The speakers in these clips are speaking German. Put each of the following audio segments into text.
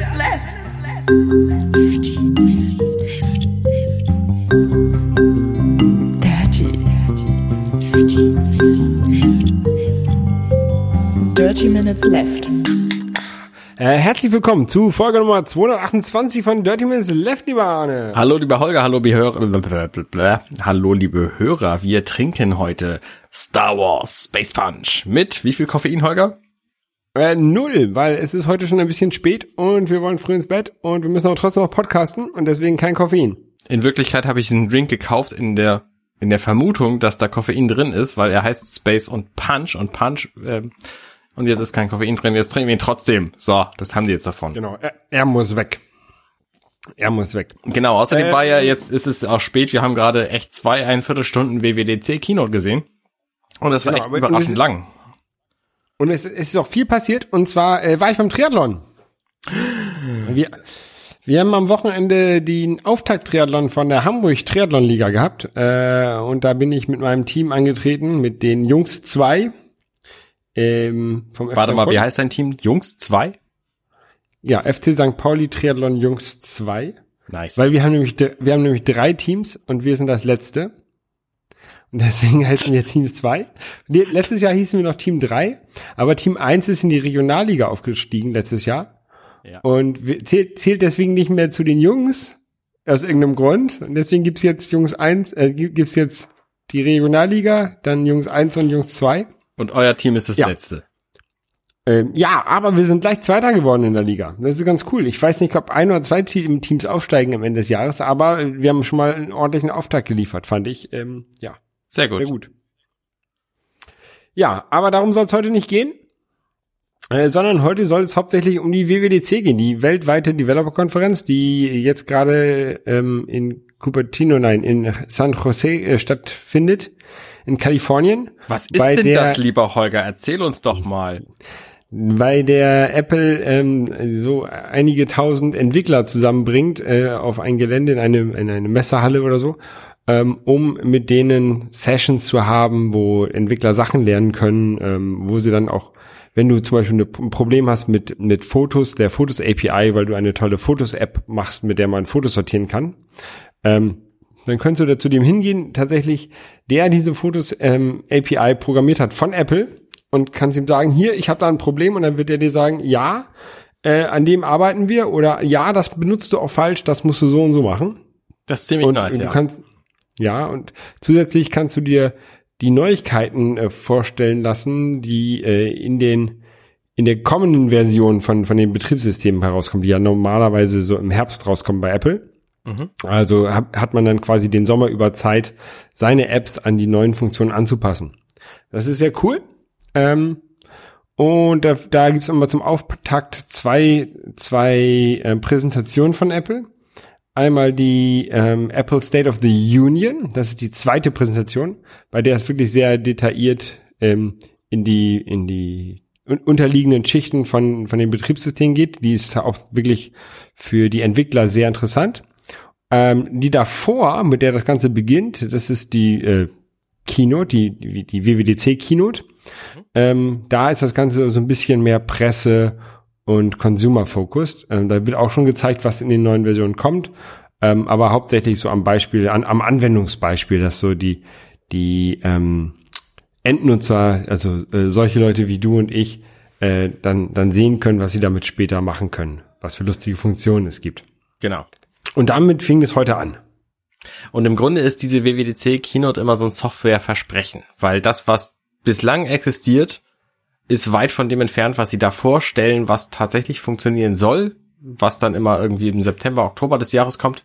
minutes left. 30 minutes left. 30 minutes left. 30 minutes left. Herzlich willkommen zu Folge Nummer 228 von Dirty Minutes Left, lieber Arne. Hallo lieber Holger, hallo liebe Hörer. Wir trinken heute Star Wars Space Punch mit wie viel Koffein, Holger? 0, weil es ist heute schon ein bisschen spät und wir wollen früh ins Bett und wir müssen aber trotzdem noch podcasten und deswegen kein Koffein. In Wirklichkeit habe ich diesen Drink gekauft in der Vermutung, dass da Koffein drin ist, weil er heißt Space und Punch und jetzt ist kein Koffein drin, jetzt trinken wir ihn trotzdem. So, das haben die jetzt davon. Genau, er muss weg. Er muss weg. Genau, außerdem war ja, jetzt ist es auch spät, wir haben gerade echt 2,25 Stunden WWDC Keynote gesehen. Und das war echt überraschend lang. Und es ist auch viel passiert, und zwar war ich beim Triathlon. Wir haben am Wochenende den Auftakt-Triathlon von der Hamburg Triathlon-Liga gehabt. Und da bin ich mit meinem Team angetreten, mit den Jungs 2. Warte mal, wie heißt dein Team? Jungs 2? Ja, FC St. Pauli Triathlon Jungs 2. Nice. Weil wir haben nämlich 3 Teams und wir sind das letzte. Und deswegen heißen wir Team 2. Letztes Jahr hießen wir noch Team 3, aber Team 1 ist in die Regionalliga aufgestiegen letztes Jahr. Ja. Und zählt deswegen nicht mehr zu den Jungs, aus irgendeinem Grund. Und deswegen gibt's jetzt Jungs 1, gibt's jetzt die Regionalliga, dann Jungs 1 und Jungs 2. Und euer Team ist das letzte. Ja, aber wir sind gleich Zweiter geworden in der Liga. Das ist ganz cool. Ich weiß nicht, ob 1 oder 2 Teams aufsteigen am Ende des Jahres, aber wir haben schon mal einen ordentlichen Auftakt geliefert, fand ich. Ja. Sehr gut. Sehr gut. Ja, aber darum soll es heute nicht gehen, sondern heute soll es hauptsächlich um die WWDC gehen, die weltweite Developer-Konferenz, die jetzt gerade in San Jose stattfindet. In Kalifornien. Was ist denn das, lieber Holger? Erzähl uns doch mal. Bei der Apple so einige tausend Entwickler zusammenbringt auf ein Gelände in eine Messehalle oder so, um mit denen Sessions zu haben, wo Entwickler Sachen lernen können, wo sie dann auch, wenn du zum Beispiel ein Problem hast mit Fotos, der Fotos API, weil du eine tolle Fotos-App machst, mit der man Fotos sortieren kann, dann könntest du da zu dem hingehen, tatsächlich, der diese Fotos API programmiert hat von Apple, und kannst ihm sagen, hier, ich habe da ein Problem, und dann wird er dir sagen, ja, an dem arbeiten wir, oder ja, das benutzt du auch falsch, das musst du so und so machen. Das ist ziemlich nice, ja. Und zusätzlich kannst du dir die Neuigkeiten vorstellen lassen, die in der kommenden Version von den Betriebssystemen herauskommen, die ja normalerweise so im Herbst rauskommen bei Apple. Also hat man dann quasi den Sommer über Zeit, seine Apps an die neuen Funktionen anzupassen. Das ist sehr cool. Und da gibt's immer zum Auftakt zwei Präsentationen von Apple. Einmal die Apple State of the Union. Das ist die zweite Präsentation, bei der es wirklich sehr detailliert in die unterliegenden Schichten von den Betriebssystemen geht. Die ist auch wirklich für die Entwickler sehr interessant. Die davor, mit der das Ganze beginnt, das ist die Keynote, die WWDC Keynote. Da ist das Ganze so ein bisschen mehr Presse- und Consumer-focused. Da wird auch schon gezeigt, was in den neuen Versionen kommt, aber hauptsächlich so am Anwendungsbeispiel, dass so die Endnutzer, also solche Leute wie du und ich, dann sehen können, was sie damit später machen können, was für lustige Funktionen es gibt. Genau. Und damit fing es heute an. Und im Grunde ist diese WWDC Keynote immer so ein Softwareversprechen, weil das, was bislang existiert, ist weit von dem entfernt, was sie da vorstellen, was tatsächlich funktionieren soll, was dann immer irgendwie im September, Oktober des Jahres kommt.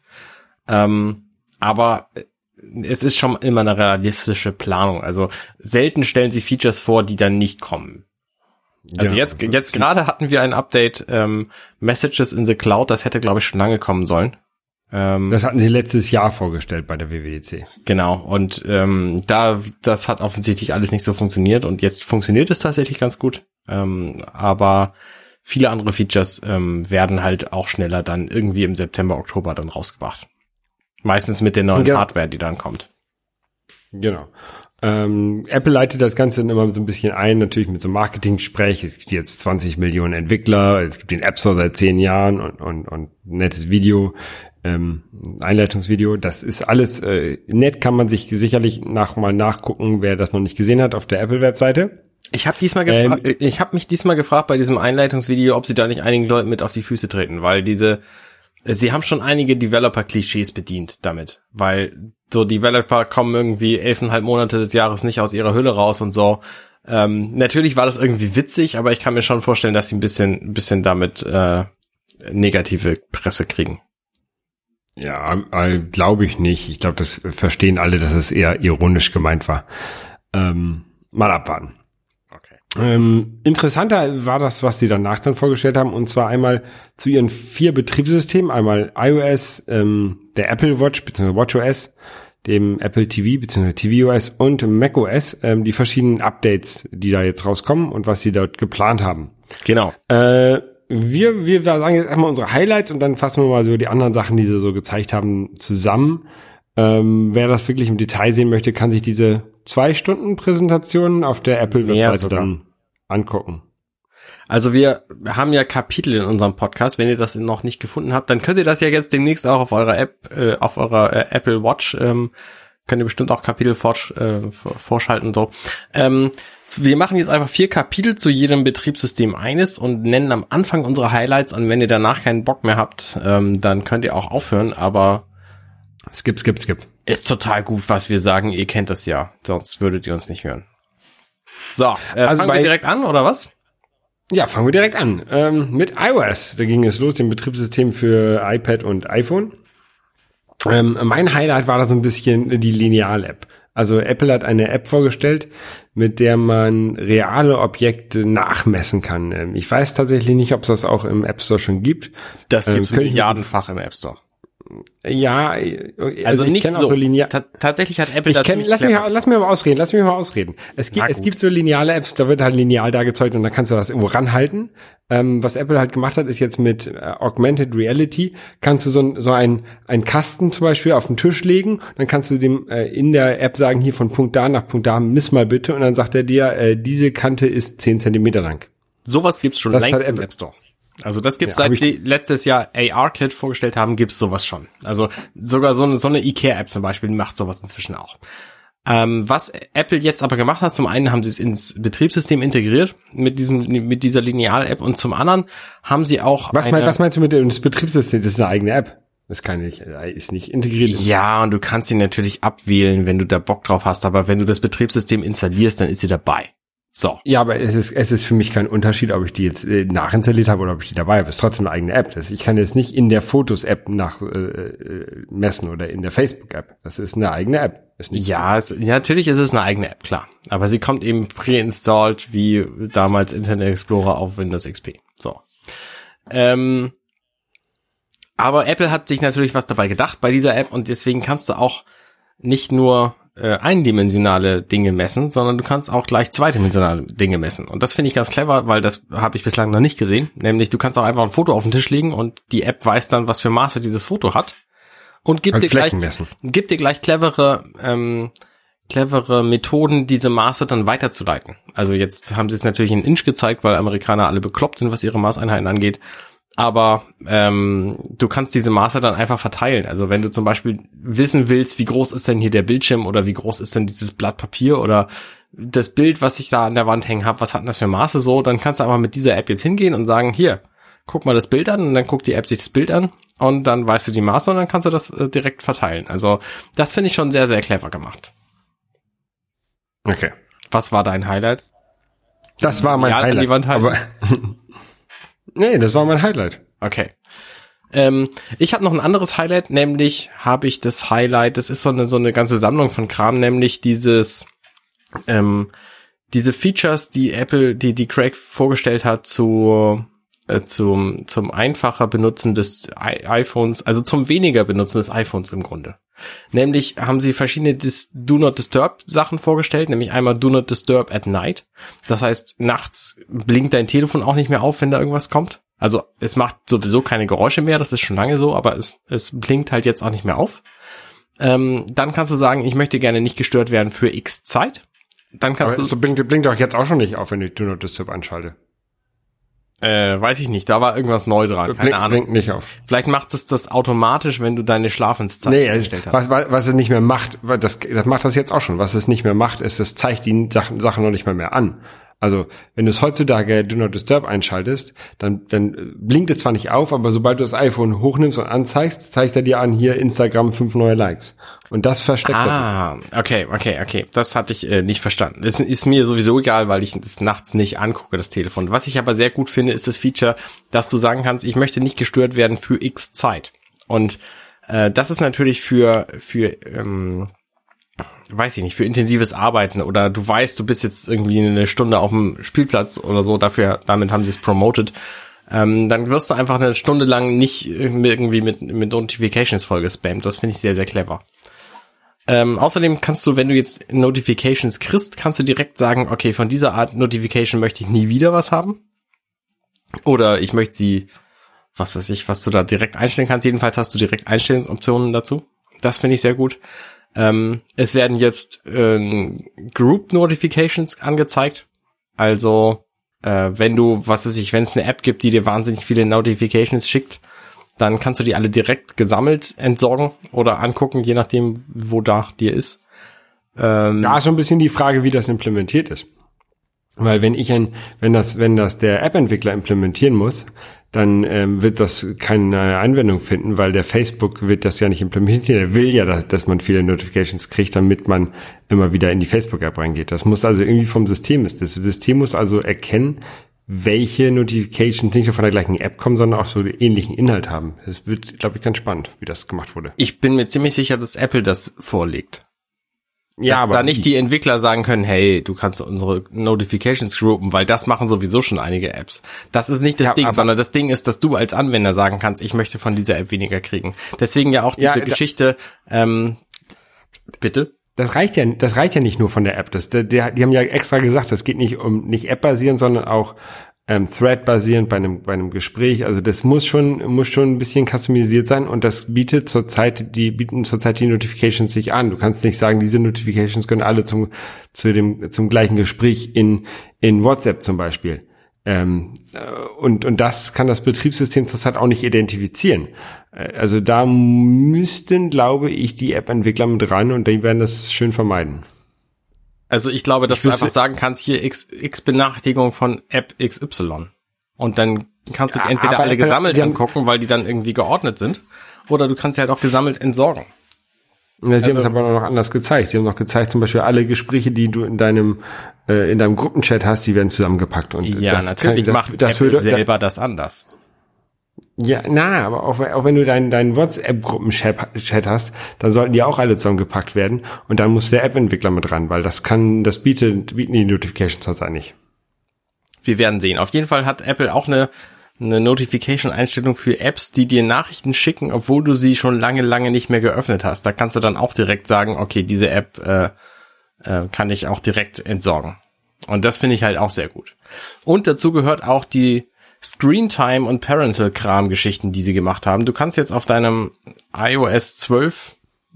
Aber es ist schon immer eine realistische Planung. Also selten stellen sie Features vor, die dann nicht kommen. Also ja, jetzt gerade hatten wir ein Update, Messages in the Cloud, das hätte, glaube ich, schon lange kommen sollen. Das hatten sie letztes Jahr vorgestellt bei der WWDC. Genau, und das hat offensichtlich alles nicht so funktioniert, und jetzt funktioniert es tatsächlich ganz gut. Aber viele andere Features werden halt auch schneller dann irgendwie im September, Oktober dann rausgebracht. Meistens mit der neuen Hardware, die dann kommt. Genau. Apple leitet das Ganze dann immer so ein bisschen ein, natürlich mit so einem Marketing-Sprech. Es gibt jetzt 20 Millionen Entwickler, es gibt den App Store seit 10 Jahren und nettes Video, Einleitungsvideo. Das ist alles nett, kann man sich sicherlich mal nachgucken, wer das noch nicht gesehen hat, auf der Apple-Webseite. Ich habe mich diesmal gefragt bei diesem Einleitungsvideo, ob sie da nicht einigen Leuten mit auf die Füße treten, weil sie haben schon einige Developer-Klischees bedient damit, weil so Developer kommen irgendwie 11,5 Monate des Jahres nicht aus ihrer Hülle raus und so. Natürlich war das irgendwie witzig, aber ich kann mir schon vorstellen, dass sie ein bisschen damit negative Presse kriegen. Ja, glaube ich nicht. Ich glaube, das verstehen alle, dass es eher ironisch gemeint war. Mal abwarten. Interessanter war das, was sie danach dann vorgestellt haben, und zwar einmal zu ihren 4 Betriebssystemen, einmal iOS, der Apple Watch bzw. WatchOS, dem Apple TV bzw. tvOS und macOS, die verschiedenen Updates, die da jetzt rauskommen und was sie dort geplant haben. Genau. Wir sagen jetzt erstmal unsere Highlights und dann fassen wir mal so die anderen Sachen, die sie so gezeigt haben, zusammen. Wer das wirklich im Detail sehen möchte, kann sich diese 2-Stunden-Präsentationen auf der Apple-Webseite dann angucken. Also wir haben ja Kapitel in unserem Podcast. Wenn ihr das noch nicht gefunden habt, dann könnt ihr das ja jetzt demnächst auch auf eurer App, auf eurer Apple Watch, könnt ihr bestimmt auch Kapitel vorschalten, so. Wir machen jetzt einfach 4 Kapitel zu jedem Betriebssystem eines und nennen am Anfang unsere Highlights, und wenn ihr danach keinen Bock mehr habt, dann könnt ihr auch aufhören, aber Skip. Ist total gut, was wir sagen. Ihr kennt das ja. Sonst würdet ihr uns nicht hören. So, also fangen wir direkt an, oder was? Ja, fangen wir direkt an. Mit iOS. Da ging es los, dem Betriebssystem für iPad und iPhone. Mein Highlight war da so ein bisschen die Lineal-App. Also Apple hat eine App vorgestellt, mit der man reale Objekte nachmessen kann. Ich weiß tatsächlich nicht, ob es das auch im App Store schon gibt. Das gibt es milliardenfach im App Store. Ja, also ich nicht kenne so. Auch so linear. Tatsächlich hat Apple lass mich mal ausreden. Es gibt so lineale Apps, da wird halt lineal dargezeigt und da kannst du das irgendwo ranhalten. Was Apple halt gemacht hat, ist jetzt mit Augmented Reality, kannst du so einen Kasten zum Beispiel auf den Tisch legen, dann kannst du dem in der App sagen, hier von Punkt da nach Punkt da, miss mal bitte, und dann sagt er dir, diese Kante ist 10 Zentimeter lang. Sowas gibt's schon längst im App Store. Also das gibt's seit die letztes Jahr AR-Kit vorgestellt haben, gibt's sowas schon. Also sogar so eine IKEA-App zum Beispiel macht sowas inzwischen auch. Was Apple jetzt aber gemacht hat, zum einen haben sie es ins Betriebssystem integriert mit dieser Lineal-App, und zum anderen haben sie auch was meinst du mit dem Betriebssystem? Das ist eine eigene App. Das ist nicht integriert. Ja, und du kannst sie natürlich abwählen, wenn du da Bock drauf hast, aber wenn du das Betriebssystem installierst, dann ist sie dabei. So. Ja, aber es ist für mich kein Unterschied, ob ich die jetzt nachinstalliert habe oder ob ich die dabei habe. Es ist trotzdem eine eigene App. Ich kann jetzt nicht in der Fotos-App messen oder in der Facebook-App. Das ist eine eigene App. Natürlich ist es eine eigene App, klar. Aber sie kommt eben pre-installed wie damals Internet Explorer auf Windows XP. So. Aber Apple hat sich natürlich was dabei gedacht bei dieser App, und deswegen kannst du auch nicht nur eindimensionale Dinge messen, sondern du kannst auch gleich zweidimensionale Dinge messen. Und das finde ich ganz clever, weil das habe ich bislang noch nicht gesehen. Nämlich, du kannst auch einfach ein Foto auf den Tisch legen und die App weiß dann, was für Maße dieses Foto hat, und gibt dir gleich clevere Methoden, diese Maße dann weiterzuleiten. Also jetzt haben sie es natürlich in Inch gezeigt, weil Amerikaner alle bekloppt sind, was ihre Maßeinheiten angeht. Aber du kannst diese Maße dann einfach verteilen. Also wenn du zum Beispiel wissen willst, wie groß ist denn hier der Bildschirm oder wie groß ist denn dieses Blatt Papier oder das Bild, was ich da an der Wand hängen habe, was hat denn das für Maße so, dann kannst du einfach mit dieser App jetzt hingehen und sagen, hier, guck mal das Bild an, und dann guckt die App sich das Bild an und dann weißt du die Maße und dann kannst du das direkt verteilen. Also das finde ich schon sehr, sehr clever gemacht. Okay. Was war dein Highlight? Das war mein Highlight. An die Wand halten. Aber nee, das war mein Highlight. Okay. Ich habe noch ein anderes Highlight, nämlich habe ich das Highlight, das ist so eine ganze Sammlung von Kram, nämlich diese Features, die Craig vorgestellt hat zum einfacher Benutzen des iPhones, also zum weniger Benutzen des iPhones im Grunde. Nämlich haben sie verschiedene Do Not Disturb Sachen vorgestellt, nämlich einmal Do Not Disturb at Night. Das heißt, nachts blinkt dein Telefon auch nicht mehr auf, wenn da irgendwas kommt. Also es macht sowieso keine Geräusche mehr, das ist schon lange so, aber es blinkt halt jetzt auch nicht mehr auf. Dann kannst du sagen, ich möchte gerne nicht gestört werden für X Zeit. Dann kannst aber du... blinkt doch jetzt auch schon nicht auf, wenn ich Do Not Disturb anschalte. Weiß ich nicht, da war irgendwas neu dran, keine Ahnung. Blinkt nicht auf. Vielleicht macht es das automatisch, wenn du deine Schlafenszeit eingestellt hast. Was es nicht mehr macht, das macht das jetzt auch schon. Was es nicht mehr macht, ist, es zeigt die Sachen noch nicht mal mehr an. Also, wenn du es heutzutage Do Not Disturb einschaltest, dann blinkt es zwar nicht auf, aber sobald du das iPhone hochnimmst und anzeigst, zeigt er dir an, hier Instagram 5 neue Likes. Und das versteckt er. Okay. Das hatte ich nicht verstanden. Das ist mir sowieso egal, weil ich das nachts nicht angucke, das Telefon. Was ich aber sehr gut finde, ist das Feature, dass du sagen kannst, ich möchte nicht gestört werden für X Zeit. Und das ist natürlich für weiß ich nicht, für intensives Arbeiten oder du weißt, du bist jetzt irgendwie eine Stunde auf dem Spielplatz oder so, damit haben sie es promoted, dann wirst du einfach eine Stunde lang nicht irgendwie mit Notifications voll gespammt. Das finde ich sehr, sehr clever. Außerdem kannst du, wenn du jetzt Notifications kriegst, kannst du direkt sagen, okay, von dieser Art Notification möchte ich nie wieder was haben. Oder ich möchte sie, was weiß ich, was du da direkt einstellen kannst. Jedenfalls hast du direkt Einstellungsoptionen dazu. Das finde ich sehr gut. Es werden jetzt Group Notifications angezeigt. Also wenn du, was weiß ich, wenn es eine App gibt, die dir wahnsinnig viele Notifications schickt, dann kannst du die alle direkt gesammelt entsorgen oder angucken, je nachdem, wo da dir ist. Da ist so ein bisschen die Frage, wie das implementiert ist. Weil wenn das der App-Entwickler implementieren muss, dann wird das keine Anwendung finden, weil der Facebook wird das ja nicht implementieren. Er will ja, dass man viele Notifications kriegt, damit man immer wieder in die Facebook-App reingeht. Das muss also irgendwie vom System ist. Das System muss also erkennen, welche Notifications nicht nur von der gleichen App kommen, sondern auch so ähnlichen Inhalt haben. Das wird, glaube ich, ganz spannend, wie das gemacht wurde. Ich bin mir ziemlich sicher, dass Apple das vorlegt. Ja, dass aber da nicht die Entwickler sagen können, hey, du kannst unsere Notifications groupen, weil das machen sowieso schon einige Apps. Das ist nicht das Ding, sondern das Ding ist, dass du als Anwender sagen kannst, ich möchte von dieser App weniger kriegen. Deswegen ja auch diese Geschichte, bitte? Das reicht ja nicht nur von der App. Die haben ja extra gesagt, das geht nicht nicht App-basierend, sondern auch Thread-basierend bei einem Gespräch. Also das muss schon ein bisschen customisiert sein und das bieten zurzeit die Notifications nicht an. Du kannst nicht sagen, diese Notifications können alle zum gleichen Gespräch in WhatsApp zum Beispiel. Und das kann das Betriebssystem zurzeit auch nicht identifizieren. Also da müssten, glaube ich, die App-Entwickler mit ran und die werden das schön vermeiden. Also ich glaube, dass du einfach sagen kannst, hier X Benachrichtigung von App XY. Und dann kannst du die entweder alle gesammelt angucken, weil die dann irgendwie geordnet sind, oder du kannst sie halt auch gesammelt entsorgen. Ja, sie haben es aber noch anders gezeigt. Sie haben noch gezeigt, zum Beispiel alle Gespräche, die du in deinem Gruppenchat hast, die werden zusammengepackt. Und ja, das natürlich macht Apple selber das anders. Ja, aber auch wenn du deinen WhatsApp-Gruppenchat hast, dann sollten die auch alle zusammengepackt werden und dann muss der App-Entwickler mit ran, weil das bieten die Notifications zurzeit nicht. Wir werden sehen. Auf jeden Fall hat Apple auch eine Notification-Einstellung für Apps, die dir Nachrichten schicken, obwohl du sie schon lange nicht mehr geöffnet hast. Da kannst du dann auch direkt sagen, okay, diese App kann ich auch direkt entsorgen. Und das finde ich halt auch sehr gut. Und dazu gehört auch die Screentime und Parental-Kram-Geschichten, die sie gemacht haben. Du kannst jetzt auf deinem iOS 12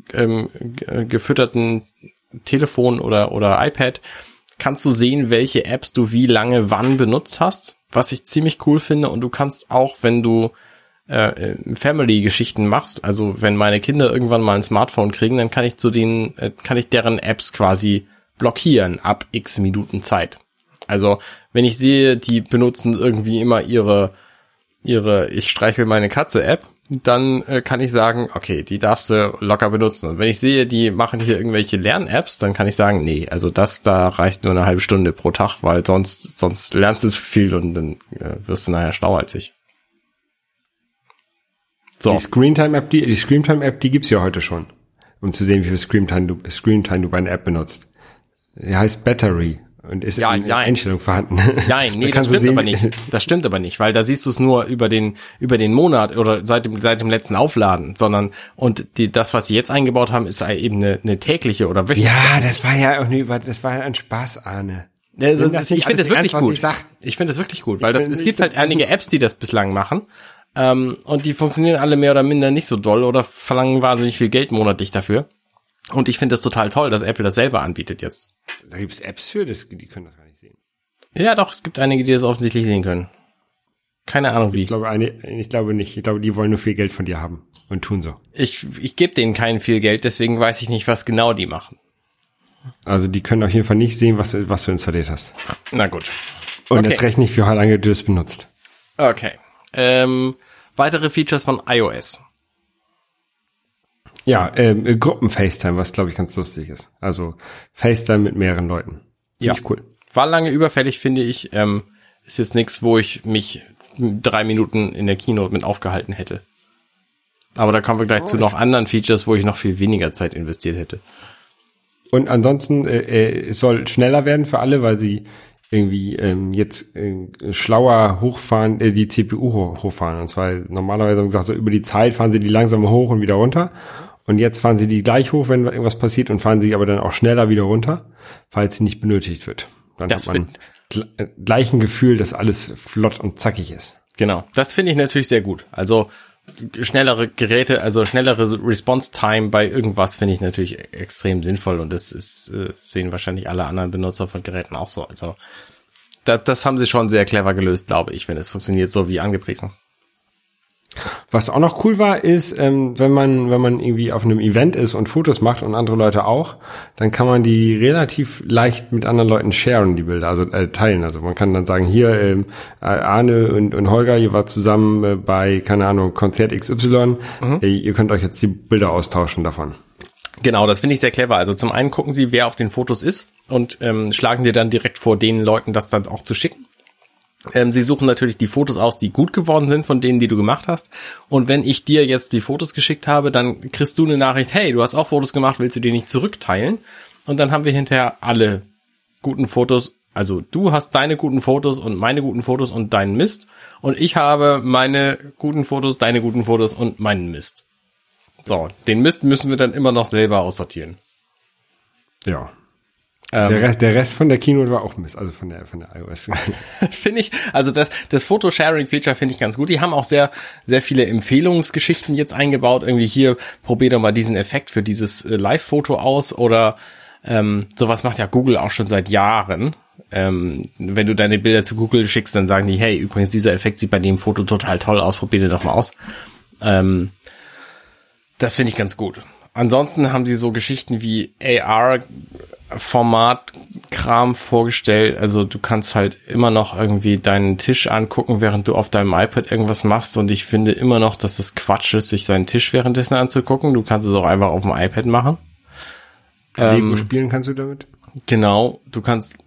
gefütterten Telefon oder iPad kannst du sehen, welche Apps du wie lange wann benutzt hast, was ich ziemlich cool finde. Und du kannst auch, wenn du Family-Geschichten machst, also wenn meine Kinder irgendwann mal ein Smartphone kriegen, dann kann ich deren Apps quasi blockieren ab x Minuten Zeit. Also, wenn ich sehe, die benutzen irgendwie immer ihre ich streichel meine Katze-App, dann kann ich sagen, okay, die darfst du locker benutzen. Und wenn ich sehe, die machen hier irgendwelche Lern-Apps, dann kann ich sagen, nee, also da reicht nur eine halbe Stunde pro Tag, weil sonst lernst du zu viel und dann wirst du nachher schlauer als ich. So. Die Screentime-App, die gibt's ja heute schon, um zu sehen, wie viel Screentime du bei einer App benutzt. Die heißt Battery. Und ist in der Einstellung vorhanden. Ja, nee, das stimmt aber nicht. Das stimmt aber nicht, weil da siehst du es nur über den Monat oder seit dem letzten Aufladen, sondern das, was sie jetzt eingebaut haben, ist eben eine tägliche oder wöchentliche. Ja, das war ja ein Spaß, Arne. Also, ich finde das wirklich gut. Ich finde das wirklich gut, weil es gibt halt einige Apps, die das bislang machen. Und die funktionieren alle mehr oder minder nicht so doll oder verlangen wahnsinnig viel Geld monatlich dafür. Und ich finde das total toll, dass Apple das selber anbietet jetzt. Da gibt's Apps für, die können das gar nicht sehen. Ja, doch, es gibt einige, die das offensichtlich sehen können. Keine Ahnung wie. Ich glaube nicht. Ich glaube, die wollen nur viel Geld von dir haben und tun so. Ich gebe denen kein viel Geld, deswegen weiß ich nicht, was genau die machen. Also die können auf jeden Fall nicht sehen, was du installiert hast. Na gut. Und Okay. jetzt recht nicht, wie lange du das benutzt. Okay. Weitere Features von iOS. Ja, Gruppen-FaceTime, was glaube ich ganz lustig ist. Also FaceTime mit mehreren Leuten. Finde ich cool. War lange überfällig, finde ich. Ist jetzt nichts, wo ich mich 3 Minuten in der Keynote mit aufgehalten hätte. Aber da kommen wir gleich zu noch anderen Features, wo ich noch viel weniger Zeit investiert hätte. Und ansonsten, es soll schneller werden für alle, weil sie irgendwie jetzt schlauer hochfahren, die CPU hochfahren. Und zwar normalerweise haben sie gesagt, so über die Zeit fahren sie die langsam hoch und wieder runter. Und jetzt fahren sie die gleich hoch, wenn irgendwas passiert, und fahren sie aber dann auch schneller wieder runter, falls sie nicht benötigt wird. Dann Das hat man gleich ein Gefühl, dass alles flott und zackig ist. Genau, das finde ich natürlich sehr gut. Also schnellere Geräte, also schnellere Response-Time bei irgendwas finde ich natürlich extrem sinnvoll, und das ist sehen wahrscheinlich alle anderen Benutzer von Geräten auch so. Also das haben sie schon sehr clever gelöst, glaube ich, wenn es funktioniert, so wie angepriesen. Was auch noch cool war, ist, wenn man irgendwie auf einem Event ist und Fotos macht und andere Leute auch, dann kann man die relativ leicht mit anderen Leuten sharen, die Bilder, also teilen. Also man kann dann sagen, hier, Arne und Holger, ihr wart zusammen bei, keine Ahnung, Konzert XY, ihr könnt euch jetzt die Bilder austauschen davon. Genau, das finde ich sehr clever. Also zum einen gucken sie, wer auf den Fotos ist, und schlagen dir dann direkt vor, den Leuten das dann auch zu schicken. Sie suchen natürlich die Fotos aus, die gut geworden sind von denen, die du gemacht hast. Und wenn ich dir jetzt die Fotos geschickt habe, dann kriegst du eine Nachricht, hey, du hast auch Fotos gemacht, willst du die nicht zurückteilen? Und dann haben wir hinterher alle guten Fotos. Also du hast deine guten Fotos und meine guten Fotos und deinen Mist. Und ich habe meine guten Fotos, deine guten Fotos und meinen Mist. So, den Mist müssen wir dann immer noch selber aussortieren. Ja. Der Rest von der Keynote war auch Mist, also von der iOS. Finde ich, also das Photo-Sharing-Feature finde ich ganz gut. Die haben auch sehr, sehr viele Empfehlungsgeschichten jetzt eingebaut. Irgendwie hier, probier doch mal diesen Effekt für dieses Live-Foto aus, oder sowas macht ja Google auch schon seit Jahren. Wenn du deine Bilder zu Google schickst, dann sagen die, hey, übrigens, dieser Effekt sieht bei dem Foto total toll aus, probier den doch mal aus. Das finde ich ganz gut. Ansonsten haben sie so Geschichten wie AR-Format-Kram vorgestellt. Also du kannst halt immer noch irgendwie deinen Tisch angucken, während du auf deinem iPad irgendwas machst. Und ich finde immer noch, dass das Quatsch ist, sich seinen Tisch währenddessen anzugucken. Du kannst es auch einfach auf dem iPad machen. Lego spielen kannst du damit? Genau, du kannst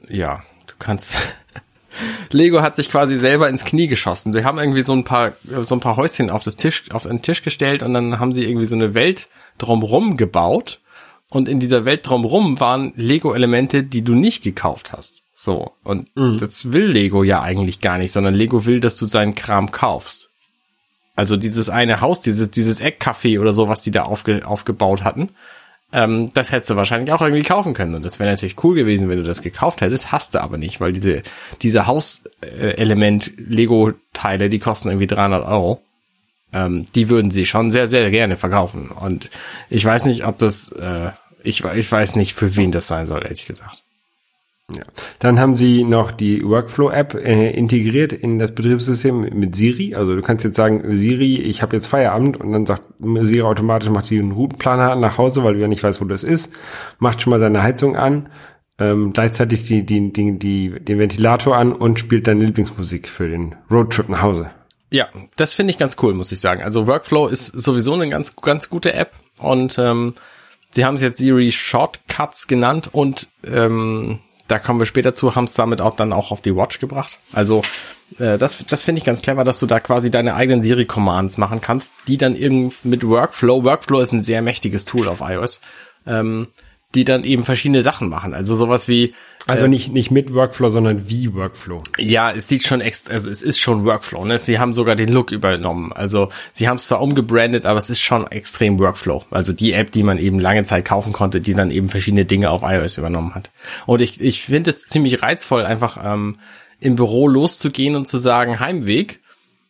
Lego hat sich quasi selber ins Knie geschossen. Wir haben irgendwie so ein paar Häuschen auf den Tisch gestellt, und dann haben sie irgendwie so eine Welt drumrum gebaut, und in dieser Welt drumrum waren Lego-Elemente, die du nicht gekauft hast. So, und das will Lego ja eigentlich gar nicht, sondern Lego will, dass du seinen Kram kaufst. Also dieses eine Haus, dieses Eckcafé oder so, was die da aufgebaut hatten, das hättest du wahrscheinlich auch irgendwie kaufen können, und das wäre natürlich cool gewesen, wenn du das gekauft hättest, hast du aber nicht, weil diese Hauselement-Lego-Teile, die kosten irgendwie 300 €. Die würden sie schon sehr, sehr gerne verkaufen, und ich weiß nicht, ob das, ich weiß nicht, für wen das sein soll, ehrlich gesagt. Ja. Dann haben sie noch die Workflow-App integriert in das Betriebssystem mit Siri. Also du kannst jetzt sagen, Siri, ich habe jetzt Feierabend, und dann sagt Siri automatisch, macht die einen Routenplaner nach Hause, weil du ja nicht weißt, wo das ist, macht schon mal seine Heizung an, gleichzeitig den Ventilator an und spielt deine Lieblingsmusik für den Roadtrip nach Hause. Ja, das finde ich ganz cool, muss ich sagen. Also Workflow ist sowieso eine ganz, ganz gute App, und sie haben es jetzt Siri Shortcuts genannt, und da kommen wir später zu, haben es damit auch dann auch auf die Watch gebracht. Also das finde ich ganz clever, dass du da quasi deine eigenen Siri-Commands machen kannst, die dann eben mit Workflow ist ein sehr mächtiges Tool auf iOS, die dann eben verschiedene Sachen machen. Also sowas wie... Also nicht mit Workflow, sondern wie Workflow. Ja, es sieht schon es ist schon Workflow, ne? Sie haben sogar den Look übernommen. Also sie haben es zwar umgebrandet, aber es ist schon extrem Workflow. Also die App, die man eben lange Zeit kaufen konnte, die dann eben verschiedene Dinge auf iOS übernommen hat. Und ich finde es ziemlich reizvoll, einfach im Büro loszugehen und zu sagen, Heimweg,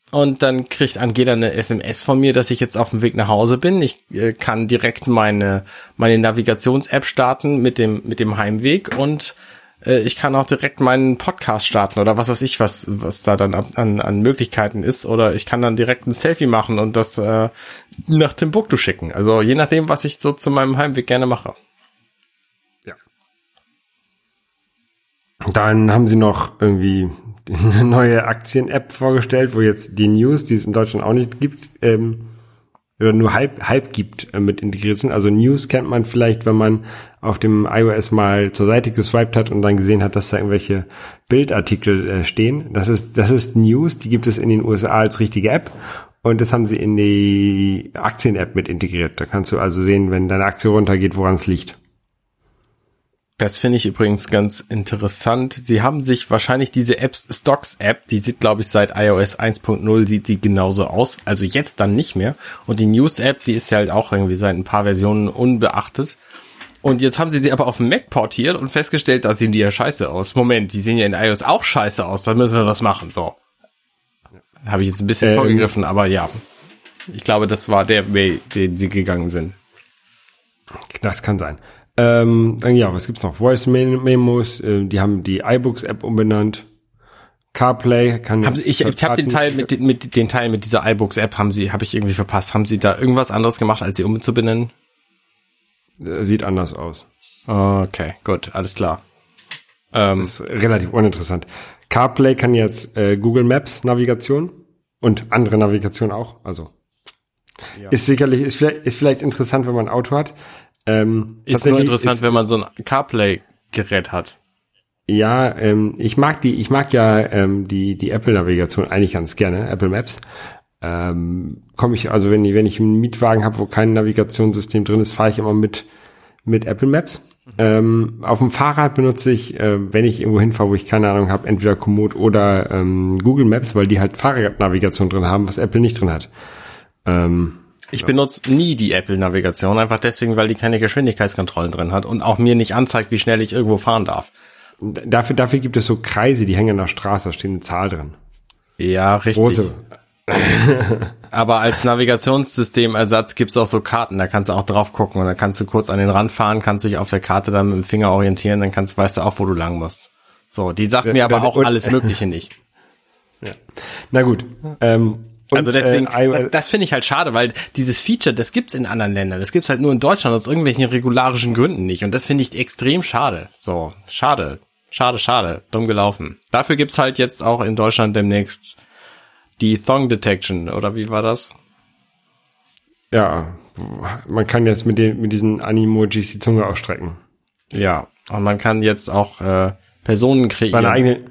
Und dann kriegt Angela eine SMS von mir, dass ich jetzt auf dem Weg nach Hause bin. Ich kann direkt meine Navigations-App starten mit dem Heimweg und ich kann auch direkt meinen Podcast starten oder was weiß ich, was da dann an Möglichkeiten ist. Oder ich kann dann direkt ein Selfie machen und das nach Timbuktu schicken. Also je nachdem, was ich so zu meinem Heimweg gerne mache. Ja. Dann haben sie noch irgendwie eine neue Aktien-App vorgestellt, wo jetzt die News, die es in Deutschland auch nicht gibt, oder nur halb gibt, mit integriert sind. Also News kennt man vielleicht, wenn man auf dem iOS mal zur Seite geswiped hat und dann gesehen hat, dass da irgendwelche Bildartikel stehen. Das ist News, die gibt es in den USA als richtige App und das haben sie in die Aktien-App mit integriert. Da kannst du also sehen, wenn deine Aktie runtergeht, woran es liegt. Das finde ich übrigens ganz interessant. Sie haben sich wahrscheinlich diese Stocks-App, die sieht, glaube ich, seit iOS 1.0 sieht die genauso aus. Also jetzt dann nicht mehr. Und die News-App, die ist ja halt auch irgendwie seit ein paar Versionen unbeachtet. Und jetzt haben sie aber auf dem Mac portiert und festgestellt, da sehen die ja scheiße aus. Moment, die sehen ja in iOS auch scheiße aus. Da müssen wir was machen. So. Habe ich jetzt ein bisschen vorgegriffen, aber ja. Ich glaube, das war der Way, den sie gegangen sind. Das kann sein. Ja, was gibt's noch? Voice Memos, die haben die iBooks-App umbenannt. CarPlay kann jetzt. Ich habe den Teil mit dieser iBooks-App habe ich irgendwie verpasst. Haben Sie da irgendwas anderes gemacht, als sie umzubenennen? Sieht anders aus. Okay, gut, alles klar. Ist relativ uninteressant. CarPlay kann jetzt Google Maps Navigation und andere Navigation auch. Also ja. Ist vielleicht interessant, wenn man ein Auto hat. Ist nur interessant, wenn man so ein CarPlay-Gerät hat. Ja, ich mag die Apple-Navigation eigentlich ganz gerne, Apple Maps. Komme ich, also wenn ich einen Mietwagen habe, wo kein Navigationssystem drin ist, fahre ich immer mit Apple Maps. Auf dem Fahrrad benutze ich, wenn ich irgendwo hinfahre, wo ich keine Ahnung habe, entweder Komoot oder Google Maps, weil die halt Fahrradnavigation drin haben, was Apple nicht drin hat. Ich benutze nie die Apple-Navigation, einfach deswegen, weil die keine Geschwindigkeitskontrollen drin hat und auch mir nicht anzeigt, wie schnell ich irgendwo fahren darf. Dafür gibt es so Kreise, die hängen an der Straße, da steht eine Zahl drin. Ja, richtig. Große. Aber als Navigationssystemersatz gibt's auch so Karten, da kannst du auch drauf gucken und dann kannst du kurz an den Rand fahren, kannst dich auf der Karte dann mit dem Finger orientieren, dann weißt du auch, wo du lang musst. So, die sagt mir aber auch alles Mögliche nicht. Ja. Na gut, also deswegen, das finde ich halt schade, weil dieses Feature, das gibt's in anderen Ländern, das gibt's halt nur in Deutschland aus irgendwelchen regularischen Gründen nicht und das finde ich extrem schade. So, schade, dumm gelaufen. Dafür gibt's halt jetzt auch in Deutschland demnächst die Thong Detection, oder wie war das? Ja, man kann jetzt mit diesen Animojis die Zunge ausstrecken. Ja, und man kann jetzt auch Personen kreieren.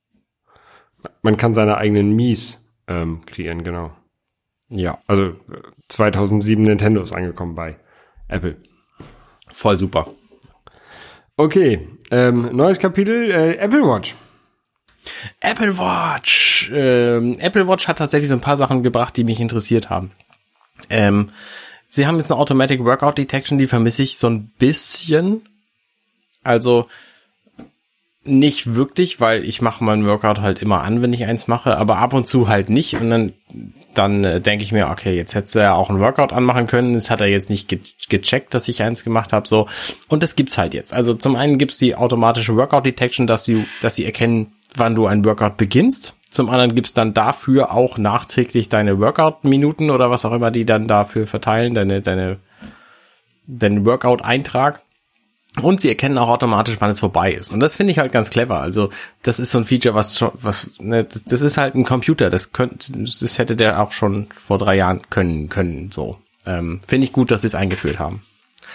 Man kann seine eigenen Mies kreieren, genau. Ja. Also 2007 Nintendo ist angekommen bei Apple. Voll super. Okay, neues Kapitel, Apple Watch. Apple Watch. Apple Watch hat tatsächlich so ein paar Sachen gebracht, die mich interessiert haben. Sie haben jetzt eine Automatic Workout Detection, die vermisse ich so ein bisschen. Also nicht wirklich, weil ich mache meinen Workout halt immer an, wenn ich eins mache, aber ab und zu halt nicht. Und dann denke ich mir, okay, jetzt hättest du ja auch einen Workout anmachen können. Das hat er jetzt nicht gecheckt, dass ich eins gemacht habe. So. Und das gibt's halt jetzt. Also zum einen gibt's die automatische Workout Detection, dass sie erkennen, wann du ein Workout beginnst. Zum anderen gibt's dann dafür auch nachträglich deine Workout-Minuten oder was auch immer die dann dafür verteilen, deinen Workout-Eintrag. Und sie erkennen auch automatisch, wann es vorbei ist. Und das finde ich halt ganz clever. Also das ist so ein Feature, das ist halt ein Computer. Das hätte der auch schon vor 3 Jahren können. So finde ich gut, dass sie es eingeführt haben.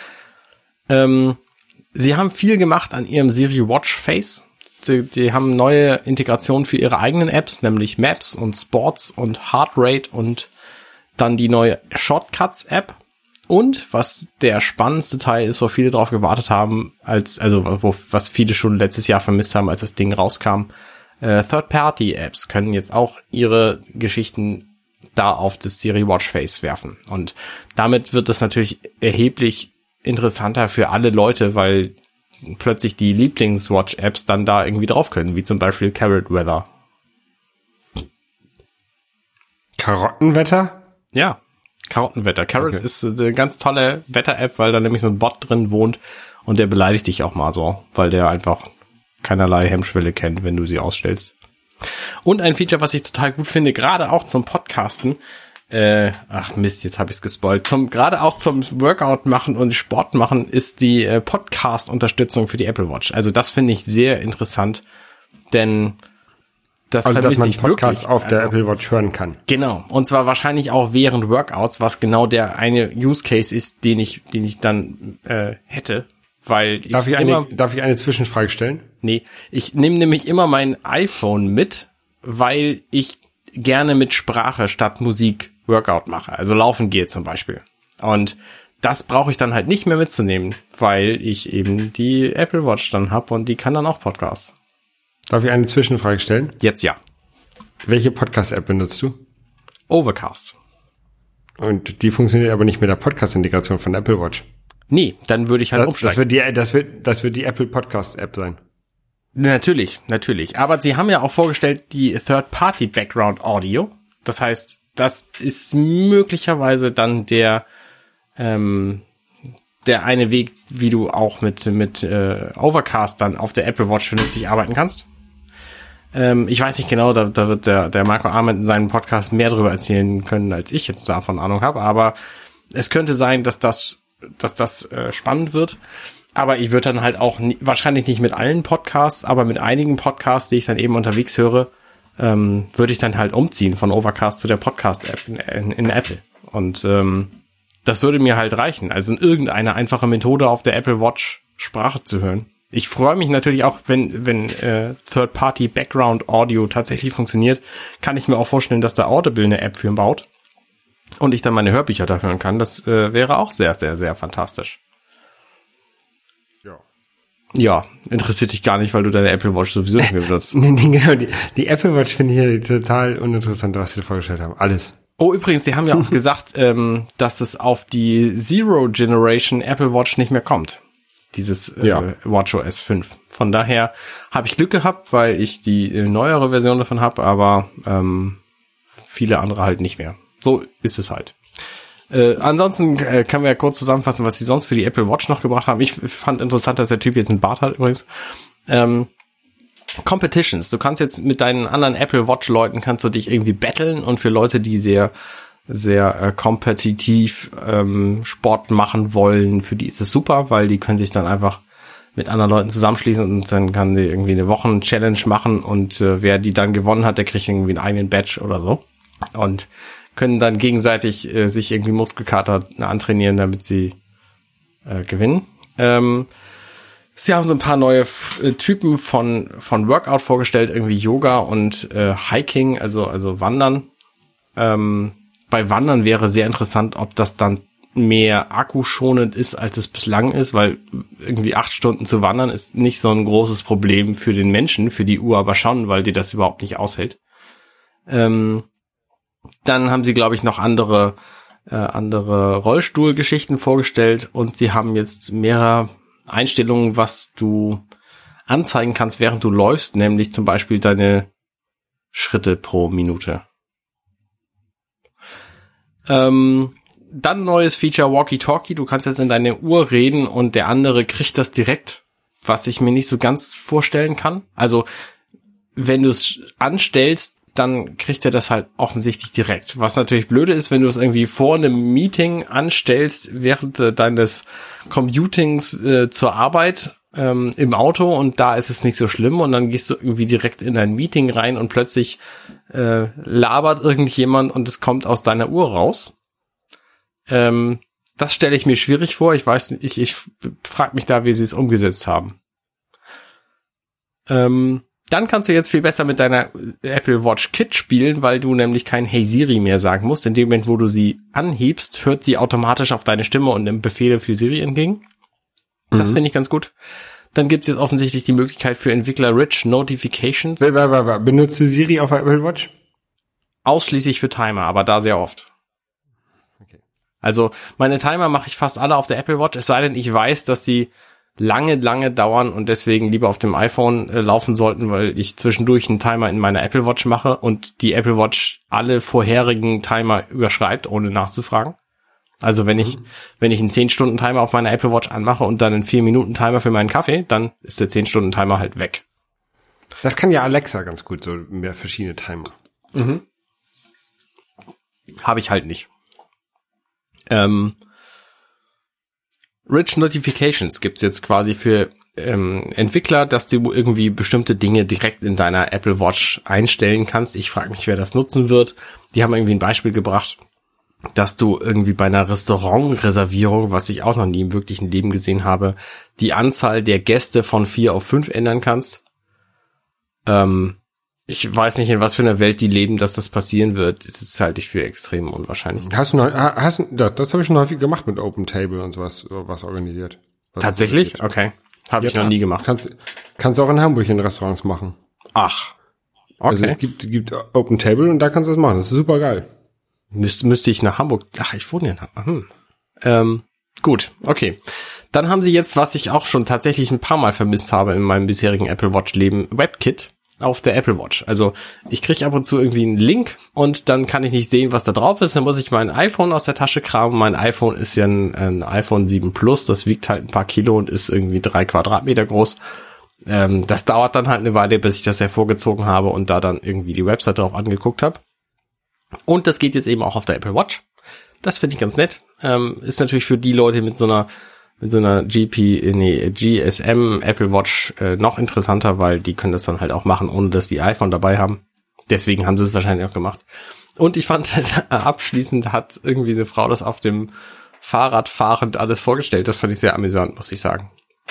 Sie haben viel gemacht an ihrem Siri Watch Face. Die haben neue Integrationen für ihre eigenen Apps, nämlich Maps und Sports und Heart Rate und dann die neue Shortcuts App. Und was der spannendste Teil ist, wo viele drauf gewartet haben, was viele schon letztes Jahr vermisst haben, als das Ding rauskam, Third-Party-Apps können jetzt auch ihre Geschichten da auf das Siri Watch Face werfen. Und damit wird das natürlich erheblich interessanter für alle Leute, weil plötzlich die Lieblings-Watch-Apps dann da irgendwie drauf können, wie zum Beispiel Carrot Weather. Karottenwetter? Ja, Karottenwetter. Carrot ist eine ganz tolle Wetter-App, weil da nämlich so ein Bot drin wohnt und der beleidigt dich auch mal so, weil der einfach keinerlei Hemmschwelle kennt, wenn du sie ausstellst. Und ein Feature, was ich total gut finde, gerade auch zum Podcasten, ach Mist, jetzt habe ich es gespoilt, gerade auch zum Workout machen und Sport machen, ist die Podcast-Unterstützung für die Apple Watch. Also das finde ich sehr interessant, denn das also, dass man ich Podcasts wirklich auf der Apple Watch hören kann. Genau. Und zwar wahrscheinlich auch während Workouts, was genau der eine Use Case ist, den ich dann hätte, weil Darf ich eine Zwischenfrage stellen? Nee, ich nehme nämlich immer mein iPhone mit, weil ich gerne mit Sprache statt Musik Workout mache. Also laufen gehe zum Beispiel. Und das brauche ich dann halt nicht mehr mitzunehmen, weil ich eben die Apple Watch dann habe und die kann dann auch Podcasts. Darf ich eine Zwischenfrage stellen? Jetzt ja. Welche Podcast-App benutzt du? Overcast. Und die funktioniert aber nicht mit der Podcast-Integration von Apple Watch. Nee, dann würde ich halt umsteigen. Das wird die Apple Podcast-App sein. Natürlich. Aber sie haben ja auch vorgestellt die Third-Party Background Audio. Das heißt, das ist möglicherweise dann der eine Weg, wie du auch mit Overcast dann auf der Apple Watch vernünftig arbeiten kannst. Ich weiß nicht genau, da wird der Marco Arment in seinem Podcast mehr darüber erzählen können, als ich jetzt davon Ahnung habe, aber es könnte sein, dass das spannend wird. Aber ich würde dann halt auch wahrscheinlich nicht mit allen Podcasts, aber mit einigen Podcasts, die ich dann eben unterwegs höre, würde ich dann halt umziehen von Overcast zu der Podcast-App in Apple. Und das würde mir halt reichen. Also in irgendeine einfache Methode auf der Apple Watch Sprache zu hören. Ich freue mich natürlich auch, wenn Third-Party Background Audio tatsächlich funktioniert, kann ich mir auch vorstellen, dass da Audible eine App für ihn baut und ich dann meine Hörbücher dafür hören kann. Das wäre auch sehr, sehr, sehr fantastisch. Ja, interessiert dich gar nicht, weil du deine Apple Watch sowieso nicht mehr benutzt. Genau, die Apple Watch finde ich ja total uninteressant, was sie da vorgestellt haben. Alles. Oh, übrigens, sie haben ja auch gesagt, dass es auf die Zero Generation Apple Watch nicht mehr kommt. Dieses WatchOS 5. Von daher habe ich Glück gehabt, weil ich die neuere Version davon habe, aber viele andere halt nicht mehr. So ist es halt. Ansonsten können wir ja kurz zusammenfassen, was sie sonst für die Apple Watch noch gebracht haben. Ich fand interessant, dass der Typ jetzt einen Bart hat übrigens. Competitions. Du kannst jetzt mit deinen anderen Apple Watch Leuten kannst du dich irgendwie battlen und für Leute, die sehr, sehr kompetitiv Sport machen wollen, für die ist es super, weil die können sich dann einfach mit anderen Leuten zusammenschließen und dann kann die irgendwie eine Wochen-Challenge machen und wer die dann gewonnen hat, der kriegt irgendwie einen eigenen Badge oder so. Und können dann gegenseitig sich irgendwie Muskelkater antrainieren, damit sie gewinnen. Sie haben so ein paar neue Typen von Workout vorgestellt, irgendwie Yoga und Hiking, also Wandern. Bei Wandern wäre sehr interessant, ob das dann mehr akkuschonend ist, als es bislang ist, weil irgendwie 8 Stunden zu wandern ist nicht so ein großes Problem für den Menschen, für die Uhr aber schon, weil die das überhaupt nicht aushält. Dann haben sie, glaube ich, noch andere Rollstuhlgeschichten vorgestellt und sie haben jetzt mehrere Einstellungen, was du anzeigen kannst, während du läufst, nämlich zum Beispiel deine Schritte pro Minute. Dann neues Feature Walkie-Talkie. Du kannst jetzt in deine Uhr reden und der andere kriegt das direkt, was ich mir nicht so ganz vorstellen kann. Also, wenn du es anstellst, dann kriegt er das halt offensichtlich direkt. Was natürlich blöde ist, wenn du es irgendwie vor einem Meeting anstellst, während deines Commutings zur Arbeit im Auto und da ist es nicht so schlimm und dann gehst du irgendwie direkt in dein Meeting rein und plötzlich labert irgendjemand und es kommt aus deiner Uhr raus. Das stelle ich mir schwierig vor. Ich weiß nicht, ich frage mich da, wie sie es umgesetzt haben. Dann kannst du jetzt viel besser mit deiner Apple Watch Kit spielen, weil du nämlich kein Hey Siri mehr sagen musst. In dem Moment, wo du sie anhebst, hört sie automatisch auf deine Stimme und nimmt Befehle für Siri entgegen. Das finde ich ganz gut. Dann gibt es jetzt offensichtlich die Möglichkeit für Entwickler Rich Notifications. Benutzt du Siri auf der Apple Watch? Ausschließlich für Timer, aber da sehr oft. Okay. Also meine Timer mache ich fast alle auf der Apple Watch, es sei denn, ich weiß, dass sie lange dauern und deswegen lieber auf dem iPhone laufen sollten, weil ich zwischendurch einen Timer in meiner Apple Watch mache und die Apple Watch alle vorherigen Timer überschreibt, ohne nachzufragen. Also wenn ich einen 10-Stunden-Timer auf meiner Apple Watch anmache und dann einen 4-Minuten-Timer für meinen Kaffee, dann ist der 10-Stunden-Timer halt weg. Das kann ja Alexa ganz gut, so mehr verschiedene Timer. Habe ich halt nicht. Rich Notifications gibt's jetzt quasi für Entwickler, dass du irgendwie bestimmte Dinge direkt in deiner Apple Watch einstellen kannst. Ich frage mich, wer das nutzen wird. Die haben irgendwie ein Beispiel gebracht, dass du irgendwie bei einer Restaurantreservierung, was ich auch noch nie im wirklichen Leben gesehen habe, die Anzahl der Gäste von 4 auf 5 ändern kannst. Ich weiß nicht, in was für einer Welt die leben, dass das passieren wird. Das halte ich für extrem unwahrscheinlich. Das habe ich schon häufig gemacht mit Open Table und sowas, was organisiert. Tatsächlich? Okay. Habe ich noch nie gemacht. Kannst du auch in Hamburg in Restaurants machen. Ach. Okay. Also es gibt Open Table und da kannst du das machen. Das ist super geil. Müsste ich nach Hamburg. Ach, ich wohne in Hamburg. Gut, okay. Dann haben sie jetzt, was ich auch schon tatsächlich ein paar Mal vermisst habe in meinem bisherigen Apple Watch Leben, WebKit auf der Apple Watch. Also ich kriege ab und zu irgendwie einen Link und dann kann ich nicht sehen, was da drauf ist. Dann muss ich mein iPhone aus der Tasche kramen. Mein iPhone ist ja ein iPhone 7 Plus. Das wiegt halt ein paar Kilo und ist irgendwie 3 Quadratmeter groß. Das dauert dann halt eine Weile, bis ich das hervorgezogen habe und da dann irgendwie die Website drauf angeguckt habe. Und das geht jetzt eben auch auf der Apple Watch. Das finde ich ganz nett. Ist natürlich für die Leute mit so einer GSM Apple Watch noch interessanter, weil die können das dann halt auch machen, ohne dass die iPhone dabei haben. Deswegen haben sie es wahrscheinlich auch gemacht. Und ich fand, abschließend hat irgendwie eine Frau das auf dem Fahrrad fahrend alles vorgestellt. Das fand ich sehr amüsant, muss ich sagen.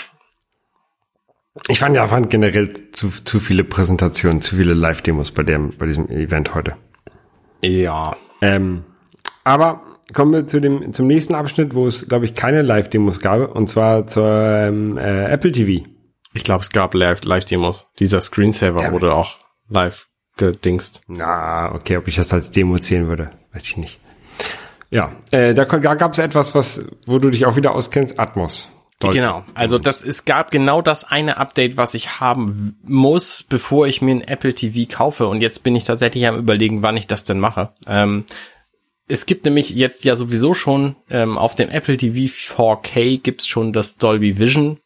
Ich fand generell zu viele Präsentationen, zu viele Live-Demos bei diesem Event heute. Ja. Aber kommen wir zum nächsten Abschnitt, wo es, glaube ich, keine Live-Demos gab, und zwar zur Apple TV. Ich glaube, es gab Live-Demos. Dieser Screensaver wurde auch live gedingst. Na, okay, ob ich das als Demo zählen würde, weiß ich nicht. Ja, da gab es etwas, wo du dich auch wieder auskennst, Atmos. Genau, also es gab genau das eine Update, was ich haben muss, bevor ich mir ein Apple TV kaufe, und jetzt bin ich tatsächlich am Überlegen, wann ich das denn mache. Es gibt nämlich jetzt ja sowieso schon auf dem Apple TV 4K gibt's schon das Dolby Vision,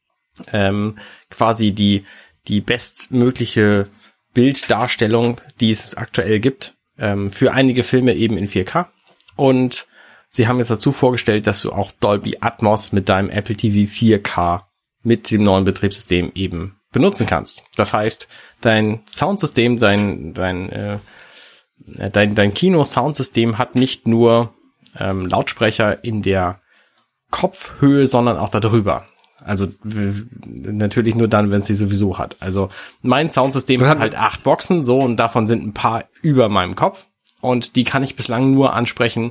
quasi die bestmögliche Bilddarstellung, die es aktuell gibt, für einige Filme eben in 4K. Und sie haben jetzt dazu vorgestellt, dass du auch Dolby Atmos mit deinem Apple TV 4K mit dem neuen Betriebssystem eben benutzen kannst. Das heißt, dein Soundsystem, dein Kino-Soundsystem hat nicht nur Lautsprecher in der Kopfhöhe, sondern auch darüber. Also natürlich nur dann, wenn es sie sowieso hat. Also mein Soundsystem hat halt 8 Boxen, so, und davon sind ein paar über meinem Kopf, und die kann ich bislang nur ansprechen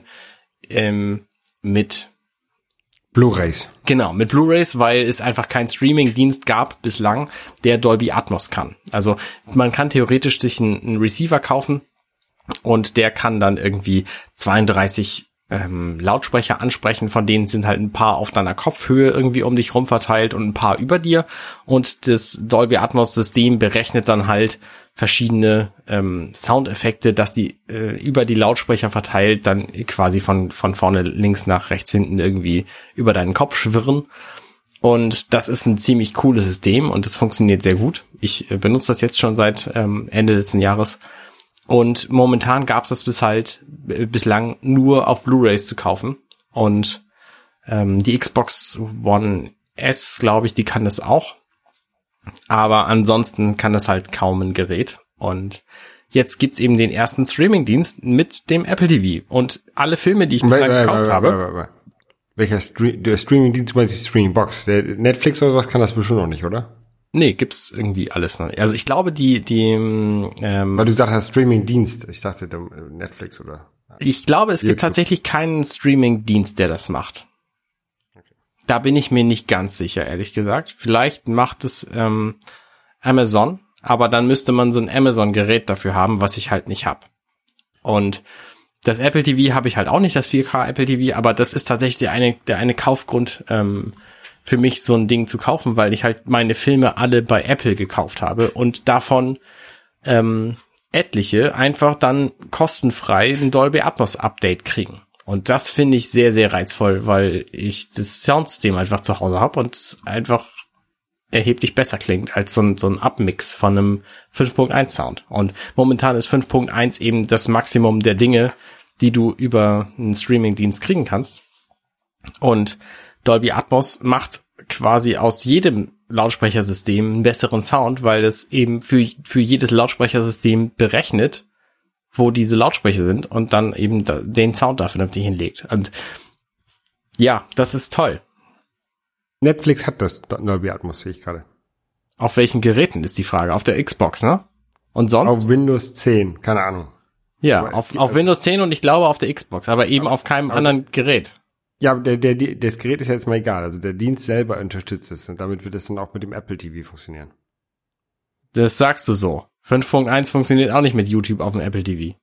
mit Blu-rays. Genau, mit Blu-rays, weil es einfach keinen Streaming-Dienst gab bislang, der Dolby Atmos kann. Also man kann theoretisch sich einen Receiver kaufen und der kann dann irgendwie 32 Lautsprecher ansprechen, von denen sind halt ein paar auf deiner Kopfhöhe irgendwie um dich rum verteilt und ein paar über dir, und das Dolby Atmos System berechnet dann halt verschiedene Soundeffekte, dass die über die Lautsprecher verteilt dann quasi von vorne links nach rechts hinten irgendwie über deinen Kopf schwirren. Und das ist ein ziemlich cooles System und es funktioniert sehr gut. Ich benutze das jetzt schon seit Ende letzten Jahres. Und momentan gab es das bislang nur auf Blu-rays zu kaufen. Und die Xbox One S, glaube ich, die kann das auch. Aber ansonsten kann das halt kaum ein Gerät. Und jetzt gibt's eben den ersten Streaming-Dienst mit dem Apple TV. Und alle Filme, die ich bislang gekauft habe. Welcher Streaming-Dienst, meinst du, Streaming-Box? Der Netflix oder was kann das bestimmt noch nicht, oder? Nee, gibt's irgendwie alles noch nicht. Also ich glaube, weil du gesagt hast, Streaming-Dienst. Ich dachte, Netflix oder... Ich glaube, es gibt tatsächlich keinen Streaming-Dienst, der das macht. Okay. Da bin ich mir nicht ganz sicher, ehrlich gesagt. Vielleicht macht es Amazon, aber dann müsste man so ein Amazon-Gerät dafür haben, was ich halt nicht habe. Und das Apple TV habe ich halt auch nicht, das 4K Apple TV, aber das ist tatsächlich der eine Kaufgrund, für mich so ein Ding zu kaufen, weil ich halt meine Filme alle bei Apple gekauft habe und davon etliche einfach dann kostenfrei ein Dolby Atmos Update kriegen. Und das finde ich sehr, sehr reizvoll, weil ich das Soundsystem einfach zu Hause habe und es einfach erheblich besser klingt als so ein Upmix von einem 5.1 Sound. Und momentan ist 5.1 eben das Maximum der Dinge, die du über einen Streamingdienst kriegen kannst. Und Dolby Atmos macht quasi aus jedem Lautsprechersystem einen besseren Sound, weil es eben für jedes Lautsprechersystem berechnet, wo diese Lautsprecher sind und dann eben den Sound da vernünftig hinlegt. Und ja, das ist toll. Netflix hat das Dolby Atmos, sehe ich gerade. Auf welchen Geräten ist die Frage? Auf der Xbox, ne? Und sonst? Auf Windows 10, keine Ahnung. Ja, auf Windows 10 und ich glaube auf der Xbox, aber eben auf keinem anderen Gerät. Ja, das Gerät ist ja jetzt mal egal. Also der Dienst selber unterstützt es und damit wird es dann auch mit dem Apple TV funktionieren. Das sagst du so. 5.1 funktioniert auch nicht mit YouTube auf dem Apple TV.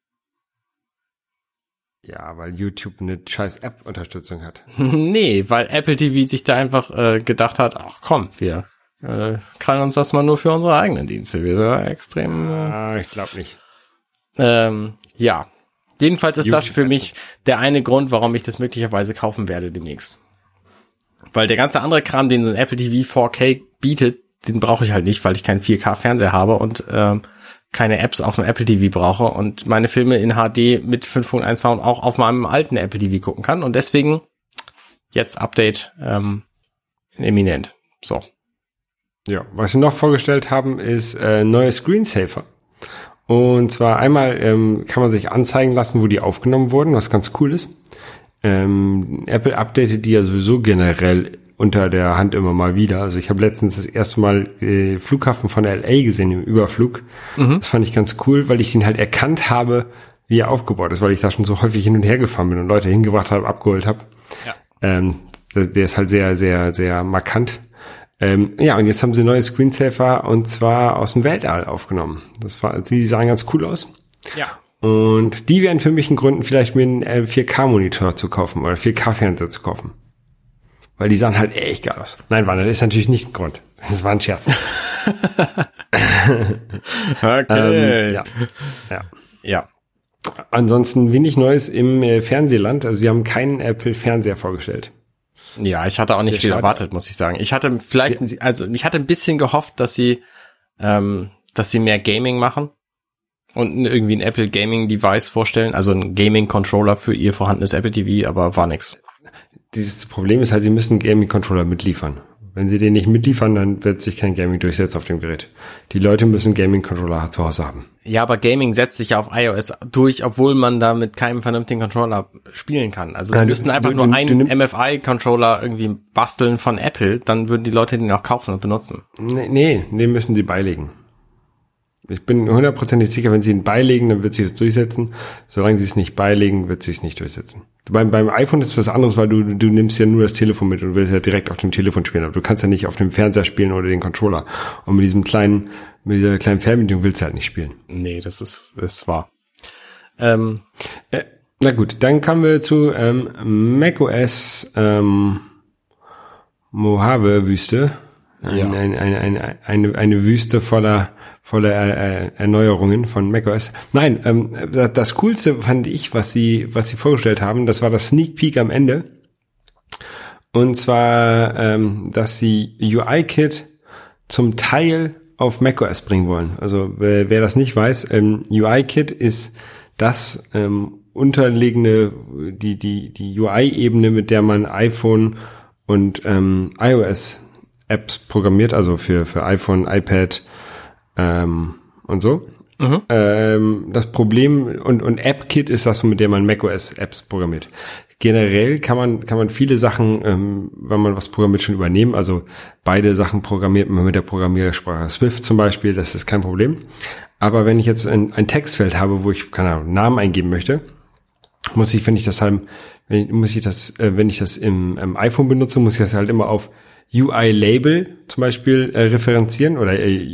Ja, weil YouTube eine scheiß App-Unterstützung hat. Nee, weil Apple TV sich da einfach gedacht hat, ach komm, wir krallen uns das mal nur für unsere eigenen Dienste. Wir sind extrem... ich glaube nicht. Ja. Jedenfalls ist YouTube das für mich der eine Grund, warum ich das möglicherweise kaufen werde demnächst. Weil der ganze andere Kram, den so ein Apple TV 4K bietet, den brauche ich halt nicht, weil ich keinen 4K-Fernseher habe und keine Apps auf dem Apple TV brauche und meine Filme in HD mit 5.1 Sound auch auf meinem alten Apple TV gucken kann. Und deswegen jetzt Update eminent. So. Ja, was wir noch vorgestellt haben, ist neue Screensaver. Und zwar einmal kann man sich anzeigen lassen, wo die aufgenommen wurden, was ganz cool ist. Apple updatet die ja sowieso generell unter der Hand immer mal wieder. Also ich habe letztens das erste Mal Flughafen von LA gesehen im Überflug. Das fand ich ganz cool, weil ich ihn halt erkannt habe, wie er aufgebaut ist, weil ich da schon so häufig hin und her gefahren bin und Leute hingebracht habe, abgeholt habe. Ja. Der ist halt sehr, sehr, sehr markant. Ja, und jetzt haben sie neue Screensaver und zwar aus dem Weltall aufgenommen. Die sahen ganz cool aus. Ja. Und die wären für mich ein Grund, vielleicht mir einen 4K-Monitor zu kaufen oder 4K-Fernseher zu kaufen. Weil die sahen halt echt geil aus. Nein, das ist natürlich nicht ein Grund. Das war ein Scherz. Okay. Ja. Ansonsten wenig Neues im Fernsehland. Also sie haben keinen Apple-Fernseher vorgestellt. Ja, ich hatte auch nicht viel erwartet, muss ich sagen. Ich hatte ich hatte ein bisschen gehofft, dass sie mehr Gaming machen und irgendwie ein Apple Gaming Device vorstellen, also ein Gaming Controller für ihr vorhandenes Apple TV, aber war nix. Dieses Problem ist halt, sie müssen einen Gaming Controller mitliefern. Wenn sie den nicht mitliefern, dann wird sich kein Gaming durchsetzen auf dem Gerät. Die Leute müssen Gaming Controller zu Hause haben. Ja, aber Gaming setzt sich ja auf iOS durch, obwohl man da mit keinem vernünftigen Controller spielen kann. Also sie müssten einfach nur einen MFI-Controller irgendwie basteln von Apple, dann würden die Leute den auch kaufen und benutzen. Nee, den müssen sie beilegen. Ich bin 100% sicher, wenn sie ihn beilegen, dann wird sie das durchsetzen. Solange sie es nicht beilegen, wird sie es nicht durchsetzen. Beim iPhone ist es was anderes, weil du nimmst ja nur das Telefon mit und willst ja direkt auf dem Telefon spielen. Aber du kannst ja nicht auf dem Fernseher spielen oder den Controller. Und mit dieser kleinen Fernbedienung willst du halt nicht spielen. Nee, das ist wahr. Na gut, dann kommen wir zu macOS Mojave-Wüste. Eine Wüste voller Erneuerungen von macOS. Nein, das Coolste fand ich, was sie vorgestellt haben, das war das Sneak Peek am Ende. Und zwar, dass sie UI-Kit zum Teil auf macOS bringen wollen. Also wer das nicht weiß, UI-Kit ist das unterliegende, die UI-Ebene, mit der man iPhone und iOS-Apps programmiert, also für iPhone, iPad und so. Das Problem und AppKit ist das, mit dem man macOS-Apps programmiert. Generell kann man viele Sachen, wenn man was programmiert, schon übernehmen. Also beide Sachen programmiert man mit der Programmiersprache Swift zum Beispiel, das ist kein Problem. Aber wenn ich jetzt ein Textfeld habe, wo ich, keine Ahnung, Namen eingeben möchte, muss ich, wenn ich das im iPhone benutze, muss ich das halt immer auf UI-Label zum Beispiel referenzieren oder